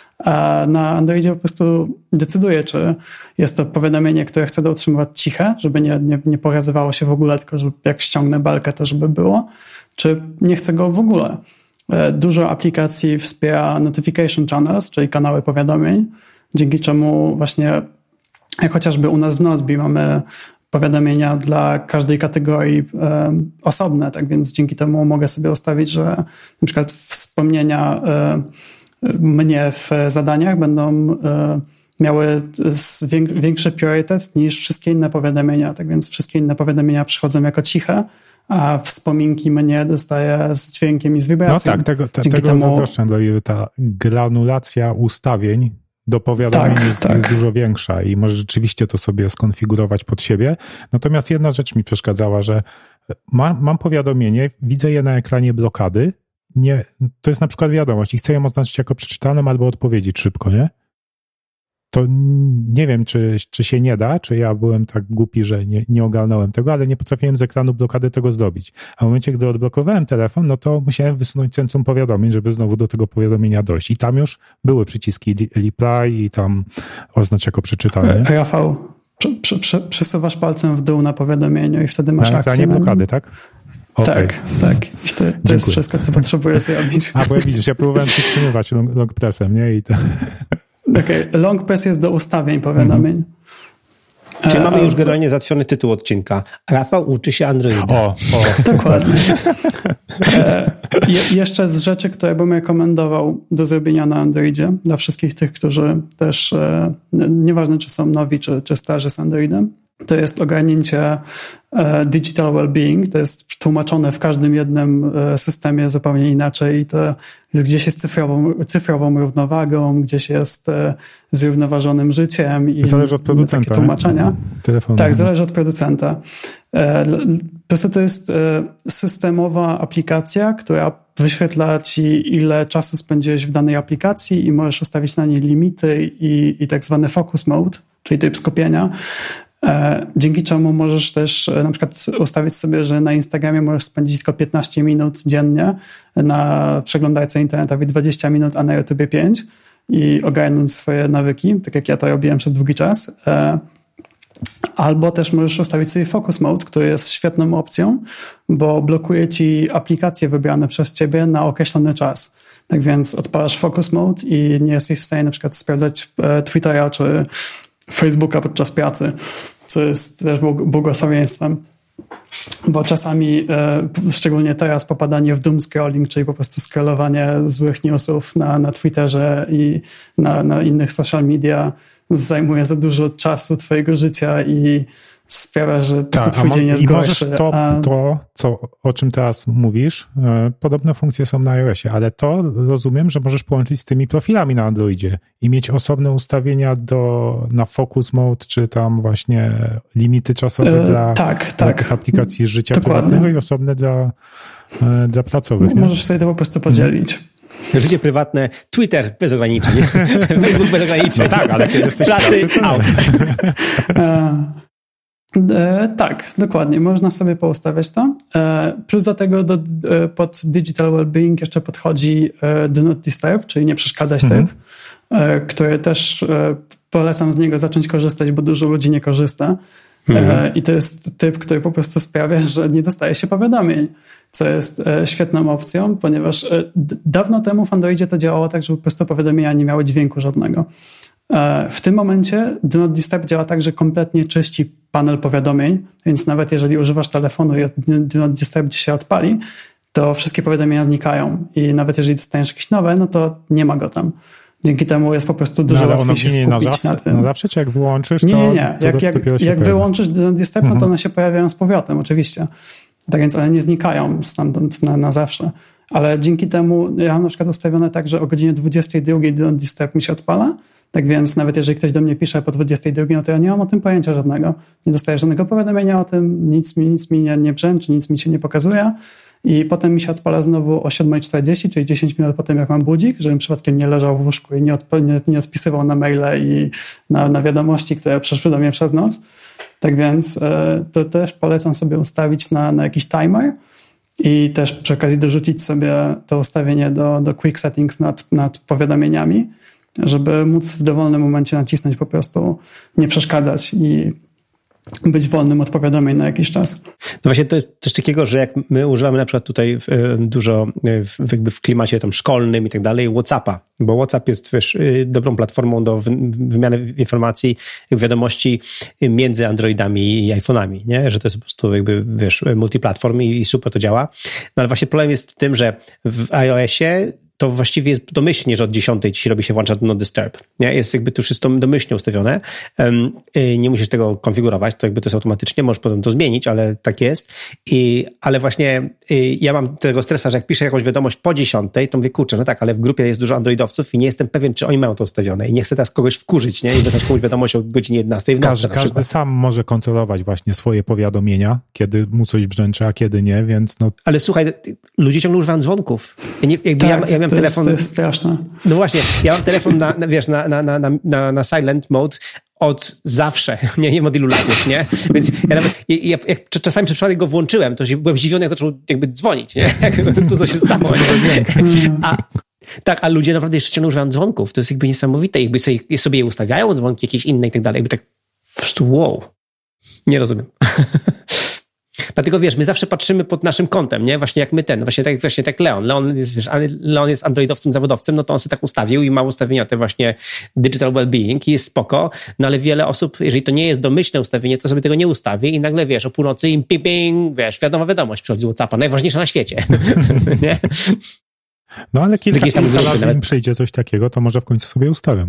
Speaker 3: A na Androidzie po prostu decyduję, czy jest to powiadomienie, które chcę otrzymywać ciche, żeby nie, nie, nie pokazywało się w ogóle, tylko żeby jak ściągnę belkę, to żeby było, czy nie chcę go w ogóle. Dużo aplikacji wspiera notification channels, czyli kanały powiadomień, dzięki czemu właśnie jak chociażby u nas w Nozbe mamy powiadomienia dla każdej kategorii e, osobne, tak więc dzięki temu mogę sobie ustawić, że na przykład wspomnienia e, mnie w zadaniach będą e, miały większy priorytet niż wszystkie inne powiadomienia, tak więc wszystkie inne powiadomienia przychodzą jako ciche, a wspominki mnie dostaję z dźwiękiem i z wibracją.
Speaker 1: No tak, tego, te, tego temu... zazdroszczę, ta granulacja ustawień do powiadomień
Speaker 3: tak,
Speaker 1: jest,
Speaker 3: tak.
Speaker 1: jest dużo większa i możesz rzeczywiście to sobie skonfigurować pod siebie. Natomiast jedna rzecz mi przeszkadzała, że ma, mam powiadomienie, widzę je na ekranie blokady, nie, to jest na przykład wiadomość i chcę ją oznaczyć jako przeczytaną albo odpowiedzieć szybko, nie? To nie wiem, czy, czy się nie da, czy ja byłem tak głupi, że nie, nie ogarnąłem tego, ale nie potrafiłem z ekranu blokady tego zrobić. A w momencie, gdy odblokowałem telefon, no to musiałem wysunąć centrum powiadomień, żeby znowu do tego powiadomienia dojść. I tam już były przyciski reply i tam oznacz jako przeczytane.
Speaker 3: Rafał, przy, przy, przy, przesuwasz palcem w dół na powiadomieniu i wtedy masz
Speaker 1: na
Speaker 3: akcję.
Speaker 1: Na ekranie blokady, tak? Okay.
Speaker 3: Tak, tak. I to, to jest wszystko, co potrzebujesz zrobić.
Speaker 1: A, bo widzisz, ja próbowałem przytrzymywać long, long pressem, nie? I to...
Speaker 3: Okej, okay. Long press jest do ustawień powiadomień.
Speaker 2: Mm-hmm. Czyli mamy już generalnie załatwiony tytuł odcinka. Rafał uczy się Androida.
Speaker 1: O, o.
Speaker 3: Dokładnie. E, je, jeszcze z rzeczy, które bym rekomendował do zrobienia na Androidzie, dla wszystkich tych, którzy też, e, nieważne czy są nowi, czy, czy starzy z Androidem, to jest ogarnięcie e, digital well-being. To jest tłumaczone w każdym jednym e, systemie zupełnie inaczej. I to jest gdzieś jest cyfrową, cyfrową równowagą, gdzieś jest e, zrównoważonym życiem. I
Speaker 1: zależy od producenta.
Speaker 3: Takie tłumaczenia.
Speaker 1: Telefonu.
Speaker 3: Tak, zależy od producenta. E, po prostu to jest e, systemowa aplikacja, która wyświetla ci, ile czasu spędziłeś w danej aplikacji i możesz ustawić na niej limity i, i tak zwany focus mode, czyli tryb skupienia. Dzięki czemu możesz też na przykład ustawić sobie, że na Instagramie możesz spędzić tylko piętnaście minut dziennie, na przeglądarce internetowej dwadzieścia minut, a na YouTubie pięć i ogarnąć swoje nawyki, tak jak ja to robiłem przez długi czas. Albo też możesz ustawić sobie focus mode, który jest świetną opcją, bo blokuje ci aplikacje wybrane przez ciebie na określony czas. Tak więc odpalasz focus mode i nie jesteś w stanie na przykład sprawdzać Twittera czy Facebooka podczas pracy, co jest też błogosławieństwem. Bo czasami, szczególnie teraz, popadanie w doom scrolling, czyli po prostu scrollowanie złych newsów na, na Twitterze i na, na innych social media zajmuje za dużo czasu twojego życia i sprawia, że po prostu twój dzień jest
Speaker 1: i
Speaker 3: gorszy.
Speaker 1: możesz to,
Speaker 3: a...
Speaker 1: to co, o czym teraz mówisz, e, podobne funkcje są na iOSie, ale to rozumiem, że możesz połączyć z tymi profilami na Androidzie i mieć osobne ustawienia do, na focus mode, czy tam właśnie limity czasowe e, dla,
Speaker 3: tak,
Speaker 1: dla
Speaker 3: tak.
Speaker 1: tych aplikacji z życia
Speaker 3: Dokładnie.
Speaker 1: prywatnego i osobne dla, e, dla pracowych. Nie?
Speaker 3: Możesz sobie to po prostu podzielić. Hmm.
Speaker 2: Życie prywatne, Twitter bez ograniczeń, Facebook bez ograniczeń.
Speaker 1: No tak, ale kiedy jesteś
Speaker 2: pracy,
Speaker 1: pracy
Speaker 2: out.
Speaker 3: E, tak, dokładnie. Można sobie poustawiać to. E, plus do tego do, e, pod Digital Wellbeing jeszcze podchodzi e, Do Not Disturb, czyli nie przeszkadzać mhm. typ, e, który też e, polecam z niego zacząć korzystać, bo dużo ludzi nie korzysta. Mhm. E, I to jest typ, który po prostu sprawia, że nie dostaje się powiadomień, co jest e, świetną opcją, ponieważ e, d- dawno temu w Androidzie to działało tak, że po prostu powiadomienia nie miały dźwięku żadnego. W tym momencie Do Not Disturb działa tak, że kompletnie czyści panel powiadomień, więc nawet jeżeli używasz telefonu i Do Not Disturb ci się odpali, to wszystkie powiadomienia znikają i nawet jeżeli dostaniesz jakieś nowe, no to nie ma go tam. Dzięki temu jest po prostu dużo
Speaker 1: no,
Speaker 3: łatwiej się skupić
Speaker 1: na, zawsze,
Speaker 3: na tym.
Speaker 1: Na zawsze, czy jak wyłączysz, to
Speaker 3: Nie, nie, nie.
Speaker 1: To
Speaker 3: jak jak, jak wyłączysz Do Not Disturb, mhm. no to one się pojawiają z powrotem, oczywiście. Tak więc one nie znikają stamtąd na, na zawsze. Ale dzięki temu ja mam na przykład ustawione tak, że o godzinie dwudziestej drugiej Do Not Disturb mi się odpala. Tak więc nawet jeżeli ktoś do mnie pisze po dwudziestej drugiej, no to ja nie mam o tym pojęcia żadnego. Nie dostaję żadnego powiadomienia o tym, nic mi, nic mi nie, nie brzęczy, nic mi się nie pokazuje. I potem mi się odpala znowu o siódma czterdzieści, czyli dziesięć minut po tym, jak mam budzik, żebym przypadkiem nie leżał w łóżku i nie, odp- nie, nie odpisywał na maile i na, na wiadomości, które przyszły do mnie przez noc. Tak więc e, to też polecam sobie ustawić na, na jakiś timer i też przy okazji dorzucić sobie to ustawienie do, do quick settings nad, nad powiadomieniami, żeby móc w dowolnym momencie nacisnąć, po prostu nie przeszkadzać i być wolnym od powiadomień na jakiś czas.
Speaker 2: No właśnie to jest coś takiego, że jak my używamy na przykład tutaj dużo w, jakby w klimacie tam szkolnym i tak dalej WhatsAppa, bo WhatsApp jest, wiesz, dobrą platformą do wymiany informacji, wiadomości między Androidami i iPhone'ami, nie? Że to jest po prostu jakby, wiesz, multiplatform i super to działa. No ale właśnie problem jest w tym, że w iOSie to właściwie jest domyślnie, że od dziesiątej ci robi się włącza no disturb. Nie? Jest jakby to już jest to domyślnie ustawione. Um, nie musisz tego konfigurować, to jakby to jest automatycznie, możesz potem to zmienić, ale tak jest. I, ale właśnie y, ja mam tego stresa, że jak piszę jakąś wiadomość po dziesiątej, to mówię, kurczę, no tak, ale w grupie jest dużo androidowców i nie jestem pewien, czy oni mają to ustawione i nie chcę teraz kogoś wkurzyć, nie? I wydać komuś wiadomość o godzinie jedenastej w nocy.
Speaker 1: Każdy, każdy sam może kontrolować właśnie swoje powiadomienia, kiedy mu coś brzęczy, a kiedy nie, więc no...
Speaker 2: Ale słuchaj, ludzie ciągle używają dzwonków. Ja, nie, jakby
Speaker 3: tak,
Speaker 2: ja, ja miałem
Speaker 3: to
Speaker 2: telefon...
Speaker 3: Jest, to jest straszne.
Speaker 2: No właśnie, ja mam telefon na, na wiesz, na, na, na, na, na silent mode od zawsze, nie, nie od ilu lat już, nie? Więc ja nawet, ja, jak czasami przez przypadek go włączyłem, to się byłem zdziwiony, jak zaczął jakby dzwonić, nie? To, co się stało. A, tak, a ludzie naprawdę jeszcze ciągle używają dzwonków. To jest jakby niesamowite. Jakby sobie, sobie je ustawiają, dzwonki jakieś inne i tak dalej. Jakby tak po prostu wow. Nie rozumiem. Dlatego wiesz, my zawsze patrzymy pod naszym kątem, nie? Właśnie jak my ten, właśnie tak, właśnie tak Leon. Leon jest, wiesz, Leon jest androidowcem, zawodowcem, no to on sobie tak ustawił i ma ustawienia te właśnie digital well-being i jest spoko, no ale wiele osób, jeżeli to nie jest domyślne ustawienie, to sobie tego nie ustawi i nagle, wiesz, o północy im ping, ping, wiesz, wiadoma wiadomość przychodzi z WhatsAppa, najważniejsza na świecie. Nie?
Speaker 1: No ale kilka,
Speaker 2: Jakieś tam
Speaker 1: kilka
Speaker 2: grupy
Speaker 1: lat
Speaker 2: nawet.
Speaker 1: im przyjdzie coś takiego, to może w końcu sobie ustawiam.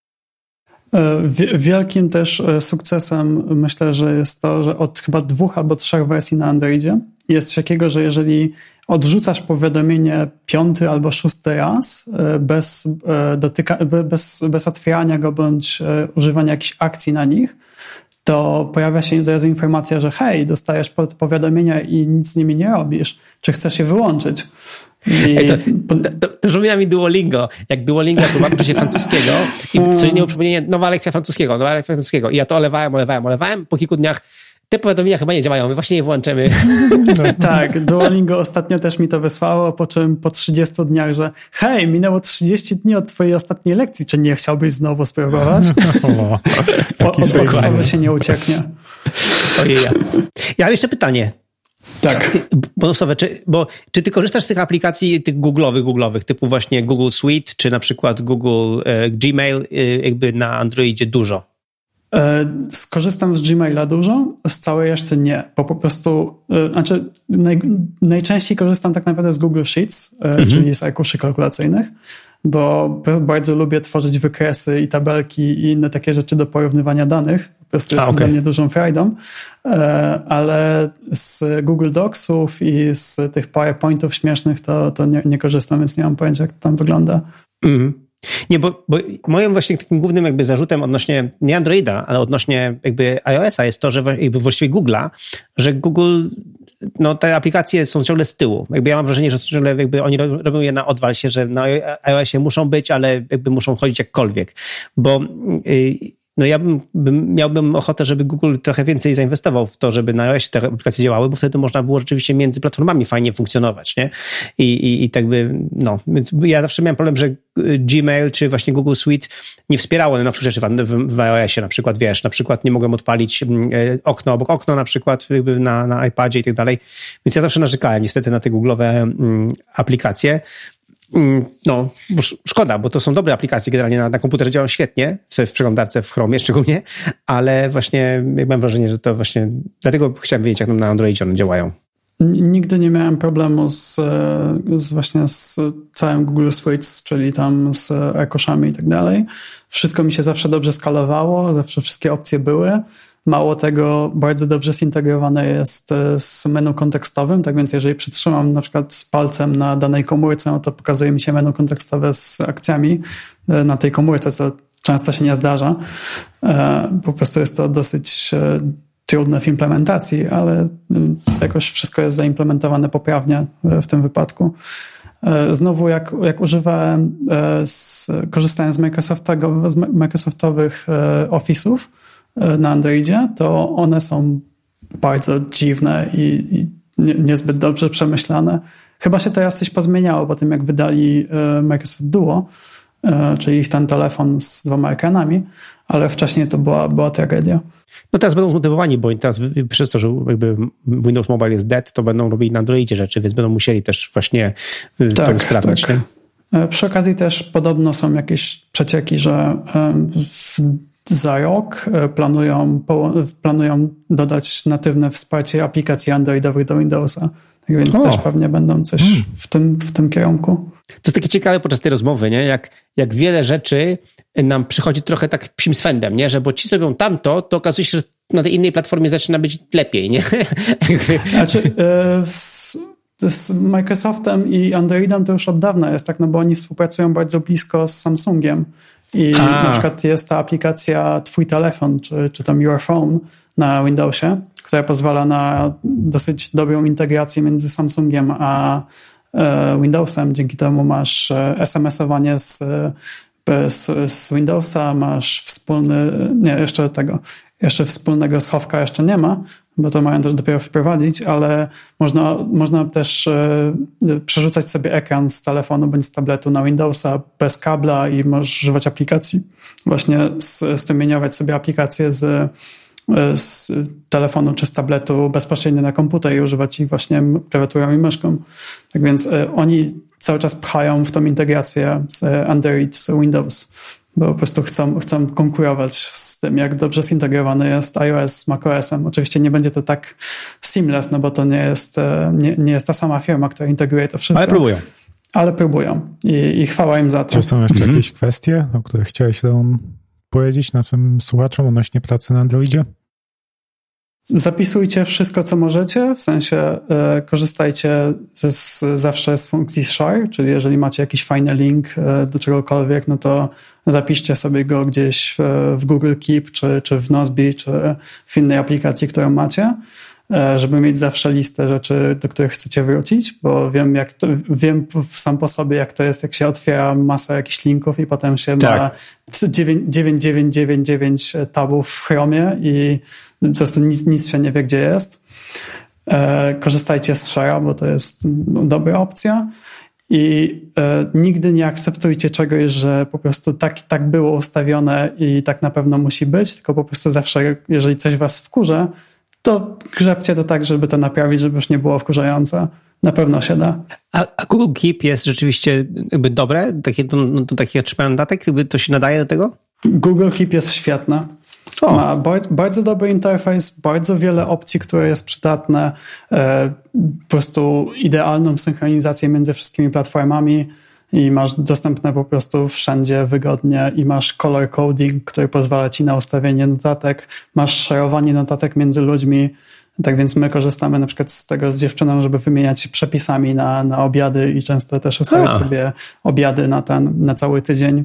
Speaker 3: Wielkim też sukcesem myślę, że jest to, że od chyba dwóch albo trzech wersji na Androidzie jest coś takiego, że jeżeli odrzucasz powiadomienie piąty albo szósty raz bez, dotyka, bez, bez otwierania go bądź używania jakichś akcji na nich, to pojawia się zaraz informacja, że hej, dostajesz powiadomienia i nic z nimi nie robisz. Czy chcesz je wyłączyć? I...
Speaker 2: Ej, to, to, to, to przypomina mi Duolingo. Jak Duolingo tłumaczy się francuskiego i coś nie przypomnienie, nowa lekcja francuskiego, nowa lekcja francuskiego. I ja to olewałem, olewałem, olewałem. Po kilku dniach te powiadomienia chyba nie działają, my właśnie je włączymy.
Speaker 3: No. Tak, Duolingo ostatnio też mi to wysłało, po czym po trzydziestu dniach, że hej, minęło trzydzieści dni od twojej ostatniej lekcji, czy nie chciałbyś znowu spróbować?
Speaker 1: O,
Speaker 3: o, od osoby się nie ucieknie.
Speaker 2: Ojej. Ja. ja mam jeszcze pytanie.
Speaker 3: Tak.
Speaker 2: Bonusowe, czy, bo, czy ty korzystasz z tych aplikacji tych googlowych, googlowych, typu właśnie Google Suite, czy na przykład Google e, Gmail e, jakby na Androidzie dużo?
Speaker 3: E, skorzystam z Gmaila dużo, z całej reszty nie, bo po prostu, e, znaczy naj, najczęściej korzystam tak naprawdę z Google Sheets, e, mhm. czyli z arkuszy kalkulacyjnych, bo bardzo lubię tworzyć wykresy i tabelki i inne takie rzeczy do porównywania danych. Po prostu jest to okay. dla mnie dużą frajdą. Ale z Google Docsów i z tych PowerPointów śmiesznych to, to nie, nie korzystam, więc nie mam pojęcia, jak to tam wygląda. Mm.
Speaker 2: Nie, bo, bo moim właśnie takim głównym jakby zarzutem odnośnie nie Androida, ale odnośnie jakby iOS-a jest to, że jakby właściwie Google'a, że Google, no te aplikacje są ciągle z tyłu. Jakby ja mam wrażenie, że ciągle jakby oni robią je na odwal się, że na iOSie muszą być, ale jakby muszą chodzić jakkolwiek. Bo yy, no ja bym, bym, miałbym ochotę, żeby Google trochę więcej zainwestował w to, żeby na iOSie te aplikacje działały, bo wtedy można było rzeczywiście między platformami fajnie funkcjonować, nie? I, i, i tak by, no, więc ja zawsze miałem problem, że Gmail czy właśnie Google Suite nie wspierało nowszych rzeczy w, w, w iOSie, na przykład, wiesz, na przykład nie mogłem odpalić okno obok okno na przykład jakby na, na iPadzie i tak dalej, więc ja zawsze narzekałem niestety na te Google'owe mm, aplikacje. No, bo szkoda, bo to są dobre aplikacje, generalnie na, na komputerze działają świetnie, w przeglądarce w Chromie szczególnie, ale właśnie mam wrażenie, że to właśnie, dlatego chciałem wiedzieć, jak na Androidzie one działają.
Speaker 3: Nigdy nie miałem problemu z, z właśnie z całym Google Suite, czyli tam z arkuszami i tak dalej. Wszystko mi się zawsze dobrze skalowało, zawsze wszystkie opcje były. Mało tego, bardzo dobrze zintegrowane jest z menu kontekstowym, tak więc jeżeli przytrzymam na przykład palcem na danej komórce, no to pokazuje mi się menu kontekstowe z akcjami na tej komórce, co często się nie zdarza. Po prostu jest to dosyć trudne w implementacji, ale jakoś wszystko jest zaimplementowane poprawnie w tym wypadku. Znowu jak, jak używałem, z, korzystałem z, Microsoftowego, z Microsoftowych Office'ów na Androidzie, to one są bardzo dziwne i, i nie, niezbyt dobrze przemyślane. Chyba się teraz coś pozmieniało po tym, jak wydali Microsoft Duo, czyli ich ten telefon z dwoma ekranami, ale wcześniej to była, była tragedia.
Speaker 2: No teraz będą zmotywowani, bo teraz przez to, że jakby Windows Mobile jest dead, to będą robili na Androidzie rzeczy, więc będą musieli też właśnie tak, to usprawnić.
Speaker 3: Tak. Przy okazji też podobno są jakieś przecieki, że w za rok planują, planują dodać natywne wsparcie aplikacji androidowych do Windowsa. Tak więc o. też pewnie będą coś w tym, w tym kierunku.
Speaker 2: To jest takie ciekawe podczas tej rozmowy, nie? Jak, jak wiele rzeczy nam przychodzi trochę tak psim swędem, nie? Że bo ci zrobią tamto, to okazuje się, że na tej innej platformie zaczyna być lepiej, nie?
Speaker 3: Znaczy, z, z Microsoftem i Androidem to już od dawna jest tak, no bo oni współpracują bardzo blisko z Samsungiem i A. na przykład jest ta aplikacja Twój telefon, czy, czy tam Your Phone na Windowsie, która pozwala na dosyć dobrą integrację między Samsungiem a Windowsem. Dzięki temu masz es em esowanie z, z, z Windowsa, masz wspólny, nie, jeszcze tego, jeszcze wspólnego schowka jeszcze nie ma, bo to mają też dopiero wprowadzić, ale można, można też przerzucać sobie ekran z telefonu bądź z tabletu na Windowsa bez kabla i możesz używać aplikacji. Właśnie strumieniować sobie aplikacje z z telefonu czy z tabletu bezpośrednio na komputer i używać ich właśnie klawiaturą i myszką. Tak więc oni cały czas pchają w tą integrację z Android, z Windows, bo po prostu chcą, chcą konkurować z tym, jak dobrze zintegrowany jest iOS z macOSem. Oczywiście nie będzie to tak seamless, no bo to nie jest, nie, nie jest ta sama firma, która integruje to wszystko.
Speaker 2: Ale próbują.
Speaker 3: Ale próbują i, i chwała im za to.
Speaker 1: Czy są jeszcze mhm. jakieś kwestie, o których chciałeś Leon powiedzieć naszym słuchaczom odnośnie pracy na Androidzie?
Speaker 3: Zapisujcie wszystko, co możecie, w sensie y, korzystajcie z, zawsze z funkcji share, czyli jeżeli macie jakiś fajny link y, do czegokolwiek, no to zapiszcie sobie go gdzieś w, w Google Keep, czy, czy w Nozbe, czy w innej aplikacji, którą macie, y, żeby mieć zawsze listę rzeczy, do których chcecie wrócić, bo wiem, jak to, wiem sam po sobie, jak to jest, jak się otwiera masa jakichś linków i potem się tak. ma dziewięć dziewięć dziewięć dziewięć dziewięć tabów w Chromie i po prostu nic, nic się nie wie, gdzie jest. E, korzystajcie z share'a, bo to jest no, dobra opcja i e, nigdy nie akceptujcie czegoś, że po prostu tak, tak było ustawione i tak na pewno musi być, tylko po prostu zawsze, jeżeli coś was wkurza, to grzebcie to tak, żeby to naprawić, żeby już nie było wkurzające. Na pewno się da.
Speaker 2: A, a Google Keep jest rzeczywiście jakby dobre? Takie, to, no, to takie trzymają datek? Jakby to się nadaje do tego?
Speaker 3: Google Keep jest świetne. O. Ma bardzo dobry interfejs, bardzo wiele opcji, które jest przydatne, po prostu idealną synchronizację między wszystkimi platformami i masz dostępne po prostu wszędzie wygodnie i masz color coding, który pozwala ci na ustawienie notatek, masz szerowanie notatek między ludźmi, tak więc my korzystamy na przykład z tego z dziewczyną, żeby wymieniać się przepisami na, na obiady i często też ustawiać A. sobie obiady na ten, na cały tydzień.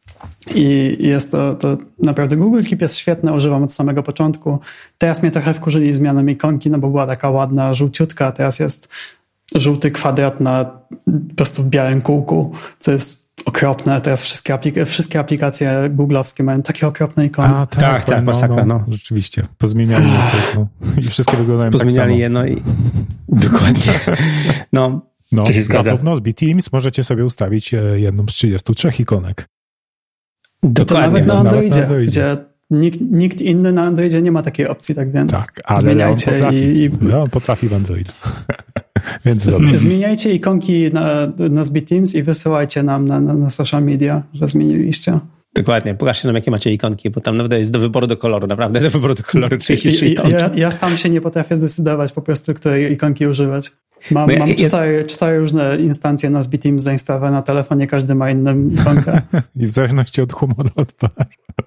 Speaker 3: I jest to, to naprawdę Google Keep jest świetne, używam od samego początku. Teraz mnie trochę wkurzyli zmianą ikonki, no bo była taka ładna, żółciutka, teraz jest żółty kwadrat na po prostu białym kółku, co jest okropne. Teraz wszystkie, aplik- wszystkie aplikacje googlowskie mają takie okropne ikony.
Speaker 2: A, tak, tak, tak, masakra, no,
Speaker 1: no. Rzeczywiście, pozmieniali je no. I wszystkie wyglądają
Speaker 2: pozmieniali
Speaker 1: tak samo.
Speaker 2: je, no i dokładnie. No,
Speaker 1: no za to w Nozbe Teams możecie sobie ustawić jedną z trzydziestu trzech ikonek.
Speaker 3: To, to nawet na Androidzie, nawet na Androidzie. Gdzie nikt, nikt inny na Androidzie nie ma takiej opcji, tak więc tak, ale zmieniajcie.
Speaker 1: Leon potrafi,
Speaker 3: i, i...
Speaker 1: Leon potrafi w Android. Więc
Speaker 3: Z, zmieniajcie ikonki na Nozbe Teams i wysyłajcie nam na, na, na social media, że zmieniliście.
Speaker 2: Dokładnie, pokażcie nam, jakie macie ikonki, bo tam naprawdę jest do wyboru do koloru, naprawdę do wyboru do koloru trzydzieści trzy ikonki.
Speaker 3: Ja, ja sam się nie potrafię zdecydować po prostu, której ikonki używać. Mam, ja, mam ja, cztery, cztery różne instancje Nozbe Teams zainstalowane na telefonie, każdy ma inną ikonkę.
Speaker 1: I w zależności od humoru odpalasz.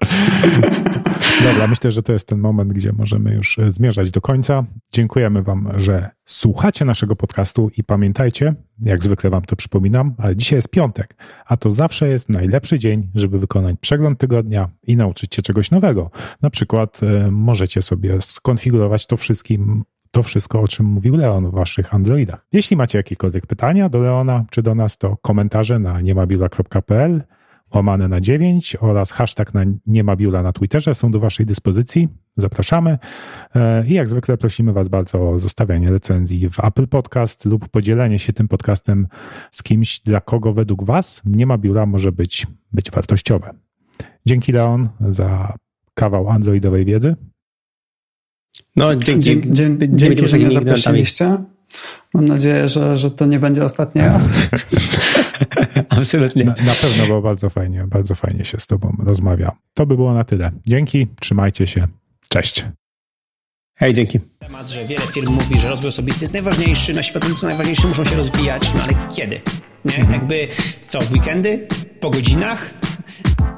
Speaker 1: Dobra, myślę, że to jest ten moment, gdzie możemy już zmierzać do końca. Dziękujemy wam, że słuchacie naszego podcastu i pamiętajcie, jak zwykle wam to przypominam, ale dzisiaj jest piątek, a to zawsze jest najlepszy dzień, żeby wykonać przegląd tygodnia i nauczyć się czegoś nowego. Na przykład y, możecie sobie skonfigurować to wszystkim To wszystko, o czym mówił Leon w waszych Androidach. Jeśli macie jakiekolwiek pytania do Leona czy do nas, to komentarze na niemabiula kropka p l, łamane na dziewięć oraz hashtag na niemabiula na Twitterze są do waszej dyspozycji. Zapraszamy i jak zwykle prosimy was bardzo o zostawianie recenzji w Apple Podcast lub podzielenie się tym podcastem z kimś, dla kogo według was Niemabiula może być, być wartościowe. Dzięki Leon za kawał androidowej wiedzy.
Speaker 2: No, dzięki,
Speaker 3: dzięki, dzięki, dzięki że mnie zaprosiliście. Mam nadzieję, że, że to nie będzie ostatni raz.
Speaker 2: Absolutnie.
Speaker 1: Na, na pewno było bardzo fajnie, bardzo fajnie się z tobą rozmawia. To by było na tyle. Dzięki, trzymajcie się. Cześć.
Speaker 2: Hej, dzięki. Temat, że wiele firm mówi, że rozwój osobisty jest najważniejszy, nasi pracownicy są najważniejsi, muszą się rozwijać, no ale kiedy? nie? Jakby co, w weekendy? Po godzinach?